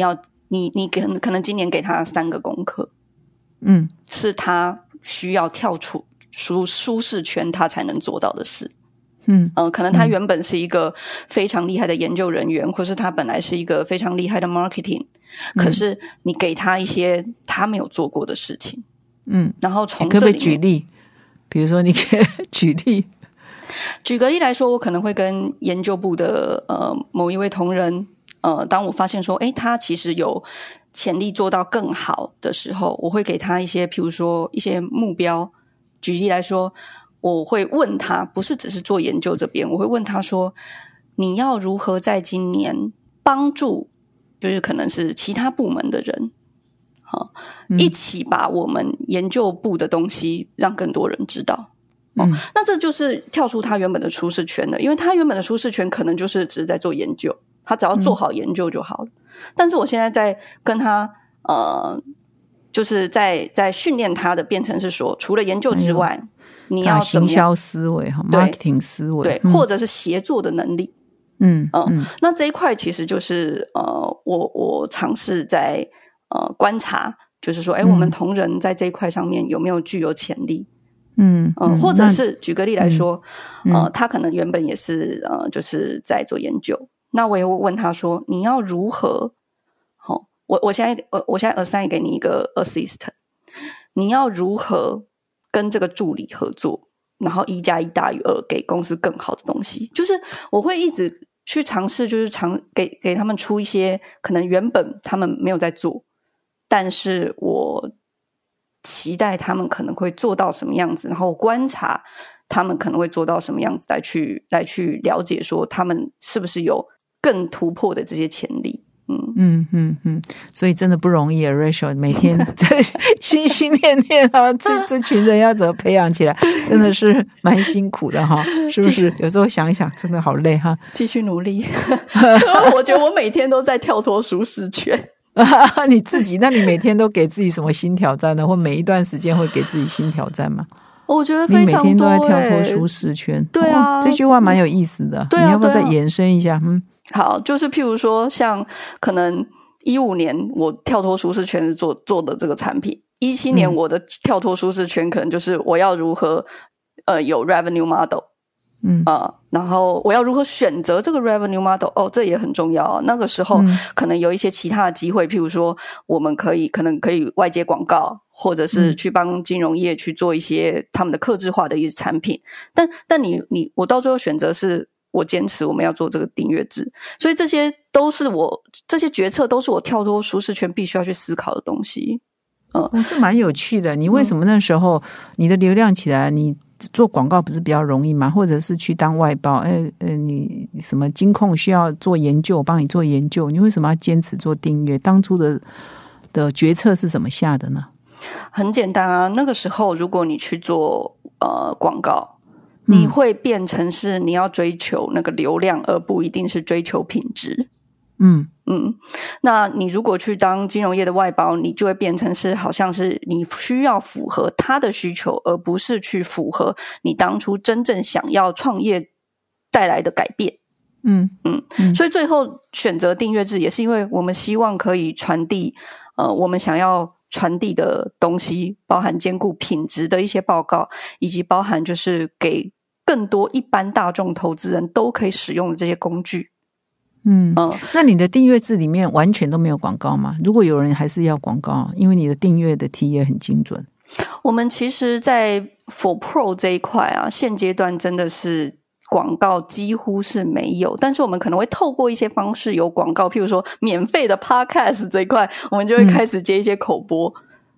你可能今年给他3个功课，是他需要跳出舒适圈他才能做到的事。可能他原本是一个非常厉害的研究人员，或是他本来是一个非常厉害的 marketing，可是你给他一些他没有做过的事情，然后从这里面，你可不可以举例？ 比如说你可以举例。 举个例来说，我可能会跟研究部的某一位同仁，当我发现说他其实有潜力做到更好的时候，我会给他一些比如说一些目标。举例来说，我会问他，不是只是做研究这边，我会问他说，你要如何在今年帮助就是可能是其他部门的人一起把我们研究部的东西让更多人知道。那这就是跳出他原本的舒适圈了，因为他原本的舒适圈可能就是只是在做研究，他只要做好研究就好了。但是我现在在跟他就是在训练他的，变成是说除了研究之外，你要行销思维marketing 思维， 对，或者是协作的能力。那这一块其实就是我尝试在观察，就是说我们同仁在这一块上面有没有具有潜力。或者是举个例来说，他可能原本也是就是在做研究，那我也会问他说，你要如何我现在 assign 给你一个 assistant， 你要如何跟这个助理合作，然后1+1大于2，给公司更好的东西。就是我会一直去尝试，就是给他们出一些可能原本他们没有在做，但是我期待他们可能会做到什么样子，然后观察他们可能会做到什么样子，来去了解说他们是不是有更突破的这些潜力。 所以真的不容易啊 Rachel 每天在心心念念啊，这群人要怎么培养起来，真的是蛮辛苦的哈，是不是？有时候想一想真的好累哈， 继续努力。我觉得我每天都在跳脱舒适圈。 你自己，那你每天都给自己什么新挑战呢？或每一段时间会给自己新挑战吗？ 我觉得非常多， 你每天都在跳脱舒适圈。对啊，这句话蛮有意思的。你要不要再延伸一下？ 好，就是譬如说，像可能2015年我跳脱舒适圈是做的这个产品，2017年我的跳脱舒适圈可能就是我要如何有 revenue model。然后我要如何选择这个 revenue model， 这也很重要。那个时候可能有一些其他的机会，譬如说我们可能可以外接广告，或者是去帮金融业去做一些他们的客制化的一些产品。但我到最后选择是我坚持我们要做这个订阅制，所以这些决策都是我跳脱舒适圈必须要去思考的东西。 这蛮有趣的。你为什么那时候你的流量起来，你做广告不是比较容易吗？或者是去当外包，你什么金控需要做研究，我帮你做研究，你为什么要坚持做订阅？当初的决策是怎么下的呢？ 很简单啊，那个时候如果你去做广告，你会变成是你要追求那个流量，而不一定是追求品质。那你如果去当金融业的外包，你就会变成是好像是你需要符合他的需求，而不是去符合你当初真正想要创业带来的改变。所以最后选择订阅制也是因为我们希望可以传递我们想要传递的东西，包含兼顾品质的一些报告，以及包含就是给更多一般大众投资人都可以使用的这些工具。 那你的订阅制里面完全都没有广告吗？如果有人还是要广告，因为你的订阅的体也很精准。 我们其实在 For Pro 这一块啊，现阶段真的是广告几乎是没有，但是我们可能会透过一些方式有广告，譬如说免费的 Podcast 这一块，我们就会开始接一些口播。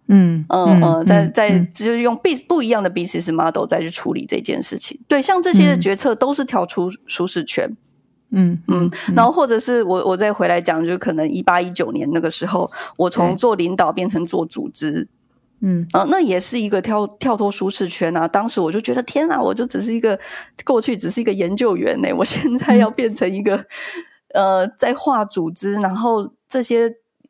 就是用不一样的 business model 再去处理这件事情。对，像这些的决策都是跳出舒适圈。然后或者是我再回来讲，就可能18、19年那个时候，我从做领导变成做组织。那也是一个跳脱舒适圈啊。当时我就觉得天啊，我就过去只是一个研究员我现在要变成一个在画组织，然后这些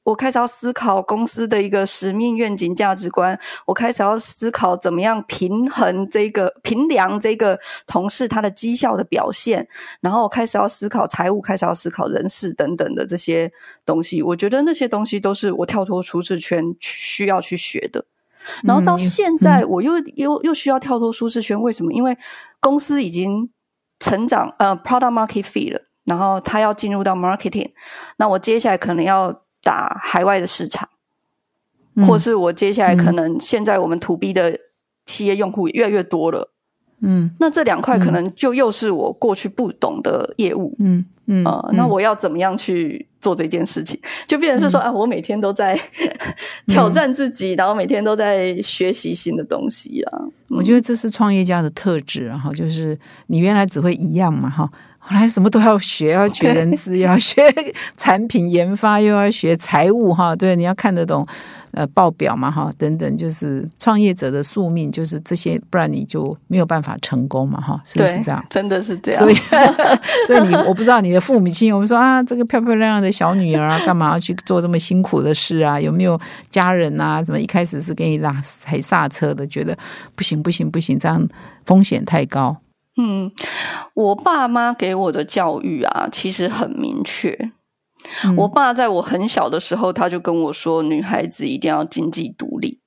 我开始要思考公司的一个使命、愿景、价值观，我开始要思考怎么样评量这个同事他的绩效的表现，然后我开始要思考财务，开始要思考人事等等的这些东西。我觉得那些东西都是我跳脱舒适圈需要去学的。然后到现在我又需要跳脱舒适圈，为什么？因为公司已经成长product market fit 了，然后他要进入到 marketing， 那我接下来可能要打海外的市场，或是我接下来可能现在我们 to B 的企业用户越来越多了，那这两块可能就又是我过去不懂的业务，那我要怎么样去做这件事情，就变成是说我每天都在挑战自己，然后每天都在学习新的东西啊。 我觉得这是创业家的特质啊，就是你原来只会一样嘛，后来什么都要学，要学人资，要学产品研发，又要学财务哈，对，你要看得懂报表嘛哈，等等，就是创业者的宿命就是这些，不然你就没有办法成功嘛哈，是不是这样？ 真的是这样。 所以我不知道你的父母亲，我们说这个漂漂亮亮的小女儿干嘛要去做这么辛苦的事啊？有没有家人啊？怎么一开始是给你踩刹车的，觉得不行，这样风险太高。 我爸妈给我的教育啊，其实很明确。我爸在我很小的时候，他就跟我说，女孩子一定要经济独立。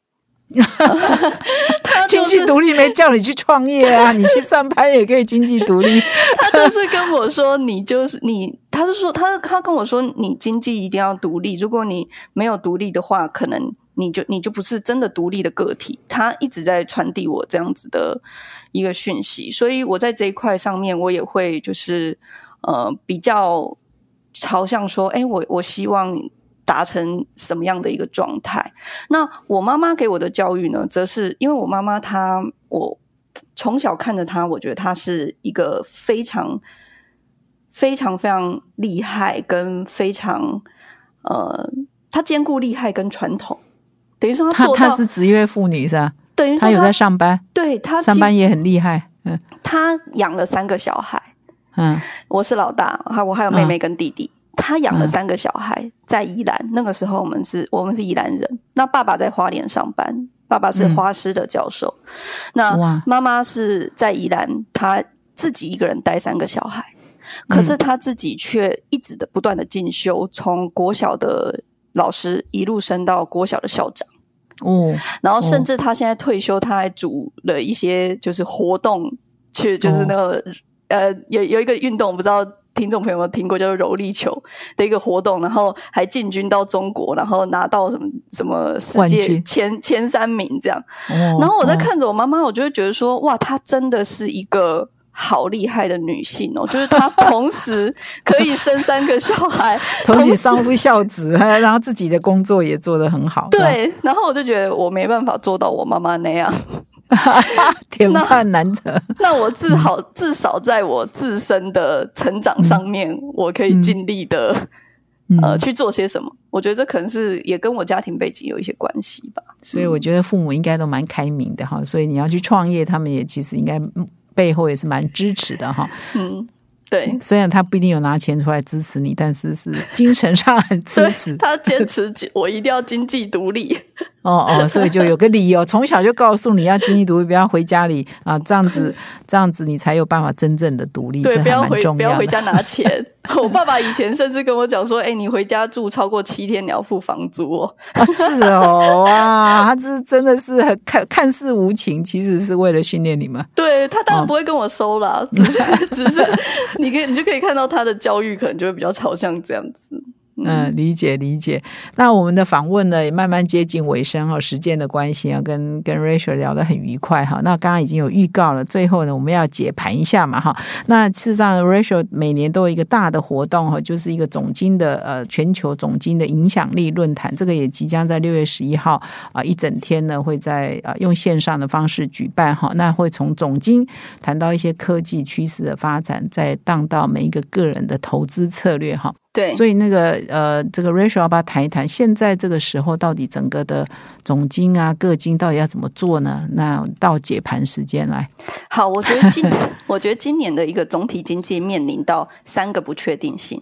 经济独立没叫你去创业啊，你去上班也可以经济独立。 他就是跟我说，他就说他跟我说，你经济一定要独立，如果你没有独立的话，可能你就不是真的独立的个体。他一直在传递我这样子的一个讯息，所以我在这一块上面，我也会就是比较朝向说，我希望达成什么样的一个状态。那我妈妈给我的教育呢，则是因为我妈妈我从小看着她，我觉得她是一个非常非常非常厉害跟非常她兼顾厉害跟传统，等于说她做到， 她是职业妇女是吧？ 等于说她有在上班， 对，她上班也很厉害。 她养了3个小孩，我是老大，我还有妹妹跟弟弟。他养了3个小孩，在宜兰，那个时候我们是宜兰人。那爸爸在花莲上班，爸爸是花师的教授。那妈妈是在宜兰，她自己一个人带3个小孩，可是她自己却一直不断的进修，从国小的老师一路升到国小的校长。然后甚至他现在退休，他还组了一些就是活动，就是那个有一个运动，不知道听众朋友有没有听过，叫做柔力球的一个活动，然后还进军到中国，然后拿到什么世界前3名这样。然后我在看着我妈妈，我就会觉得说，哇，她真的是一个好厉害的女性哦，就是她同时可以生3个小孩， 同时相夫教子，然后自己的工作也做得很好。 对，然后我就觉得我没办法做到我妈妈那样。 天判难测。 那我至少在我自身的成长上面，我可以尽力的去做些什么。我觉得这可能是也跟我家庭背景有一些关系吧。 所以我觉得父母应该都蛮开明的哈，所以你要去创业，他们也其实应该背后也是蛮支持的哈。 对， 虽然他不一定有拿钱出来支持你，但是是精神上很支持。 他坚持我一定要经济独立。 所以就有个理由，从小就告诉你要经济独立，不要回家里啊，这样子你才有办法真正的独立。 对， 这还蛮重要的。 不要回家拿钱。我爸爸以前甚至跟我讲说，你回家住超过7天，你要付房租哦。 是哦，哇，他这真的是看似无情，其实是为了训练你们。 对，他当然不会跟我收啦，只是你就可以看到他的教育可能就会比较朝向这样子。 理解。那我们的访问呢也慢慢接近尾声时间的关系跟 Rachel 聊得很愉快那刚刚已经有预告了，最后呢我们要解盘一下嘛那事实上 Rachel 每年都有一个大的活动就是一个总经的全球总经的影响力论坛，这个也即将在6月11号一整天呢会在用线上的方式举办那会从总经谈到一些科技趋势的发展，再荡到每一个个人的投资策略对， 所以这个 Rachel 要不要谈一谈现在这个时候到底整个的总经各经到底要怎么做呢？那到解盘时间来。 好，我觉得今年的一个总体经济面临到3个不确定性。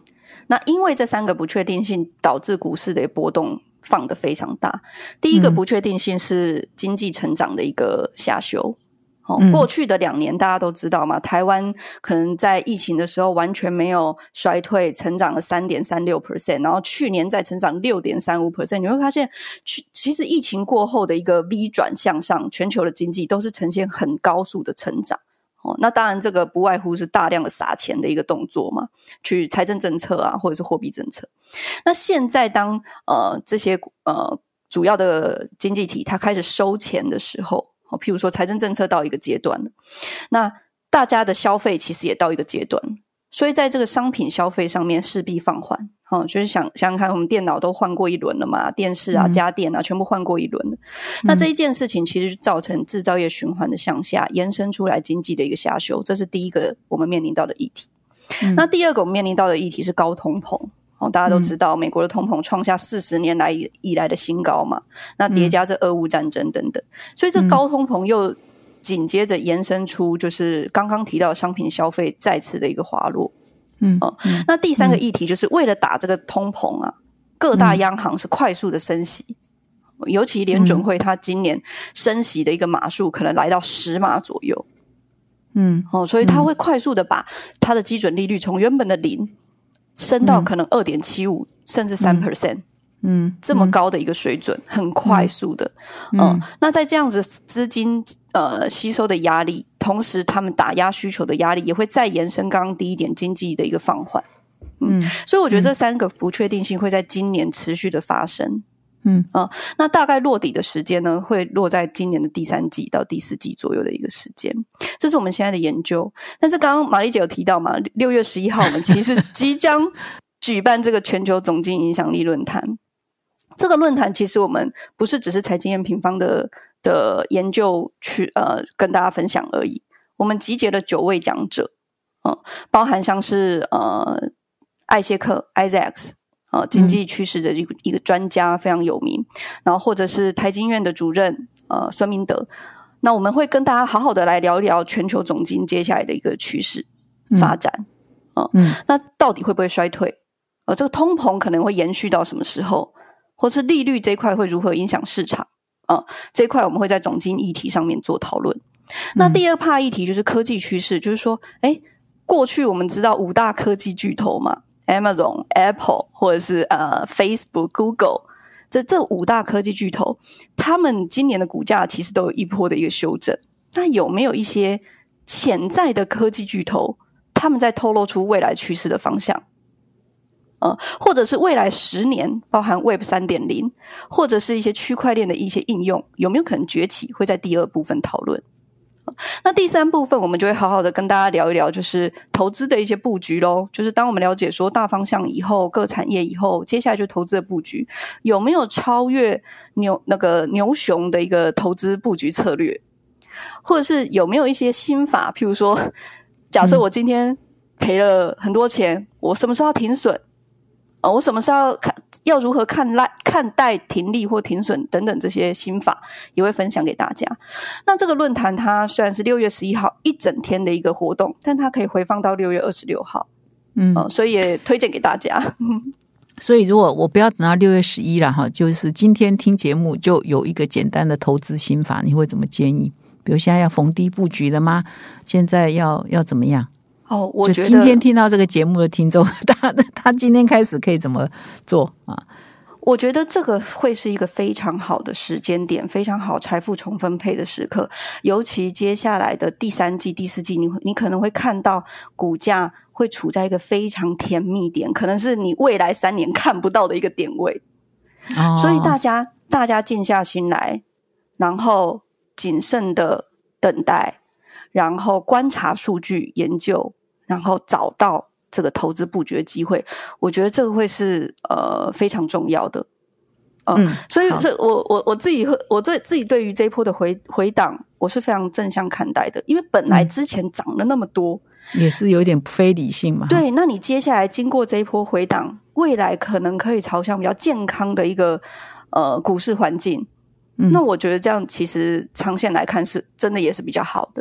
那因为这3个不确定性导致股市的波动放得非常大。第一个不确定性是经济成长的一个下修。过去的2年大家都知道嘛，台湾可能在疫情的时候完全没有衰退，成长了 3.36%， 然后去年再成长 6.35%， 你会发现其实疫情过后的一个 V 转向上，全球的经济都是呈现很高速的成长。那当然这个不外乎是大量的撒钱的一个动作嘛，去财政政策啊，或者是货币政策。那现在当这些主要的经济体它开始收钱的时候，譬如说财政政策到一个阶段了，那大家的消费其实也到一个阶段，所以在这个商品消费上面势必放缓。就是想想看，我们电脑都换过一轮了嘛，电视啊、家电啊全部换过一轮了。那这一件事情其实造成制造业循环的向下，延伸出来经济的一个下修，这是第一个我们面临到的议题。那第二个我们面临到的议题是高通膨。大家都知道美国的通膨创下40年来以来的新高嘛，那叠加这俄乌战争等等，所以这高通膨又紧接着延伸出就是刚刚提到的商品消费再次的一个滑落。那第3个议题就是为了打这个通膨啊，各大央行是快速的升息，尤其联准会它今年升息的一个码数可能来到10码左右。所以它会快速的把它的基准利率从原本的0升到可能 2.75 甚至 3%，这么高的一个水准，很快速的。那在这样子资金吸收的压力，同时他们打压需求的压力也会再延伸刚刚第一点经济的一个放缓。所以我觉得这3个不确定性会在今年持续的发生。那大概落底的时间呢，会落在今年的第3季到第4季左右的一个时间，这是我们现在的研究。但是刚刚玛丽姐有提到嘛，6月11号我们其实即将举办这个全球总经影响力论坛。这个论坛其实我们不是只是财经 M 平方的研究去跟大家分享而已，我们集结了9位讲者，包含像是艾谢克 Isaacs经济趋势的一个专家非常有名，然后或者是台经院的主任孙明德。那我们会跟大家好好的来聊一聊全球总经接下来的一个趋势发展。那到底会不会衰退？这个通膨可能会延续到什么时候？或是利率这一块会如何影响市场？这一块我们会在总经议题上面做讨论。那第二趴议题就是科技趋势，就是说过去我们知道5大科技巨头嘛， Amazon、Apple 或者是Facebook、Google， 这5大科技巨头，他们今年的股价其实都有一波的一个修正。那有没有一些潜在的科技巨头，他们在透露出未来趋势的方向？或者是未来10年包含 Web 3.0 或者是一些区块链的一些应用有没有可能崛起，会在第2部分讨论。那第3部分我们就会好好的跟大家聊一聊就是投资的一些布局咯，就是当我们了解说大方向以后，各产业以后，接下来就投资的布局有没有超越牛熊的一个投资布局策略，或者是有没有一些心法，譬如说假设我今天赔了很多钱，我什么时候要停损，我什么时候要如何看待停利或停损等等，这些心法也会分享给大家。那这个论坛它虽然是6月11号一整天的一个活动，但它可以回放到6月26号，所以也推荐给大家。 所以如果我不要等到6月11了哈，就是今天听节目就有一个简单的投资心法，你会怎么建议？比如现在要逢低布局了吗？现在要怎么样？ 我觉得就今天听到这个节目的听众，他今天开始可以怎么做啊？ 我觉得这个会是一个非常好的时间点，非常好财富重分配的时刻。尤其接下来的第3季、第4季，你可能会看到股价会处在一个非常甜蜜点，可能是你未来3年看不到的一个点位。所以大家静下心来，然后谨慎的等待，然后观察数据研究，然后找到这个投资布局的机会，我觉得这个会是非常重要的。所以我自己对于这一波的回档，我是非常正向看待的，因为本来之前涨了那么多， 也是有点非理性嘛。 对，那你接下来经过这一波回档，未来可能可以朝向比较健康的一个股市环境。那我觉得这样其实长线来看是真的也是比较好的。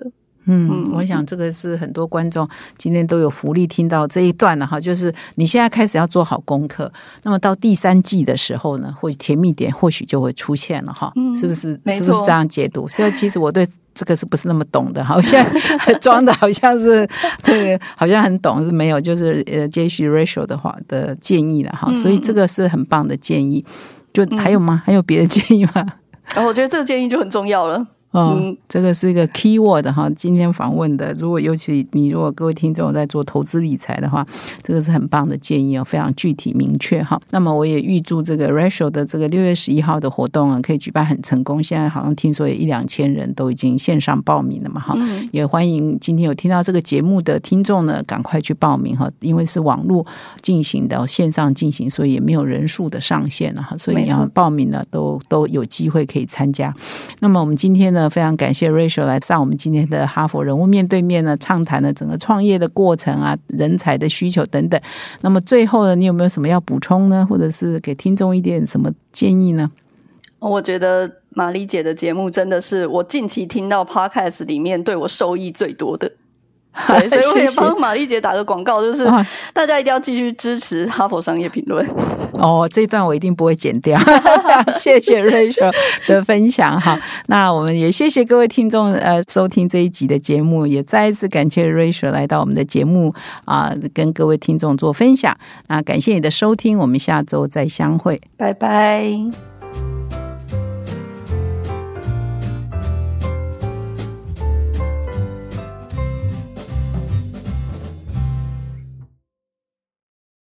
我想这个是很多观众今天都有福利听到这一段了哈，就是你现在开始要做好功课，那么到第3季的时候呢，或许甜蜜点或许就会出现了哈，是不是？ 没错， 是不是这样解读？所以其实我对这个是不是那么懂的？好像装的好像是对，好像很懂，是没有，就是接续 Rachel 的话的建议了哈，所以这个是很棒的建议。就还有吗？还有别的建议吗？ 我觉得这个建议就很重要了。 这个是一个 keyword 哈，今天访问的，尤其你如果各位听众在做投资理财的话，这个是很棒的建议非常具体明确哈。那么我也预祝这个 Rachel 的这个6月11号的活动可以举办很成功，现在好像听说有1-2千人都已经线上报名了嘛哈，也欢迎今天有听到这个节目的听众呢，赶快去报名哈，因为是网络进行的，线上进行，所以也没有人数的上限哈，所以你要报名呢都有机会可以参加。那么我们今天呢，非常感谢 Rachel 来上我们今天的哈佛人物面对面呢，畅谈了整个创业的过程啊，人才的需求等等。那么最后呢，你有没有什么要补充呢？或者是给听众一点什么建议呢？ 我觉得玛丽姐的节目真的是我近期听到 Podcast 里面对我受益最多的。对，所以我也帮玛丽姐打个广告，就是大家一定要继续支持哈佛商业评论。 这一段我一定不会剪掉。谢谢 Rachel 的分享。好，那我们也谢谢各位听众收听这一集的节目，也再一次感谢 Rachel 来到我们的节目跟各位听众做分享。那感谢你的收听，我们下周再相会， 拜拜。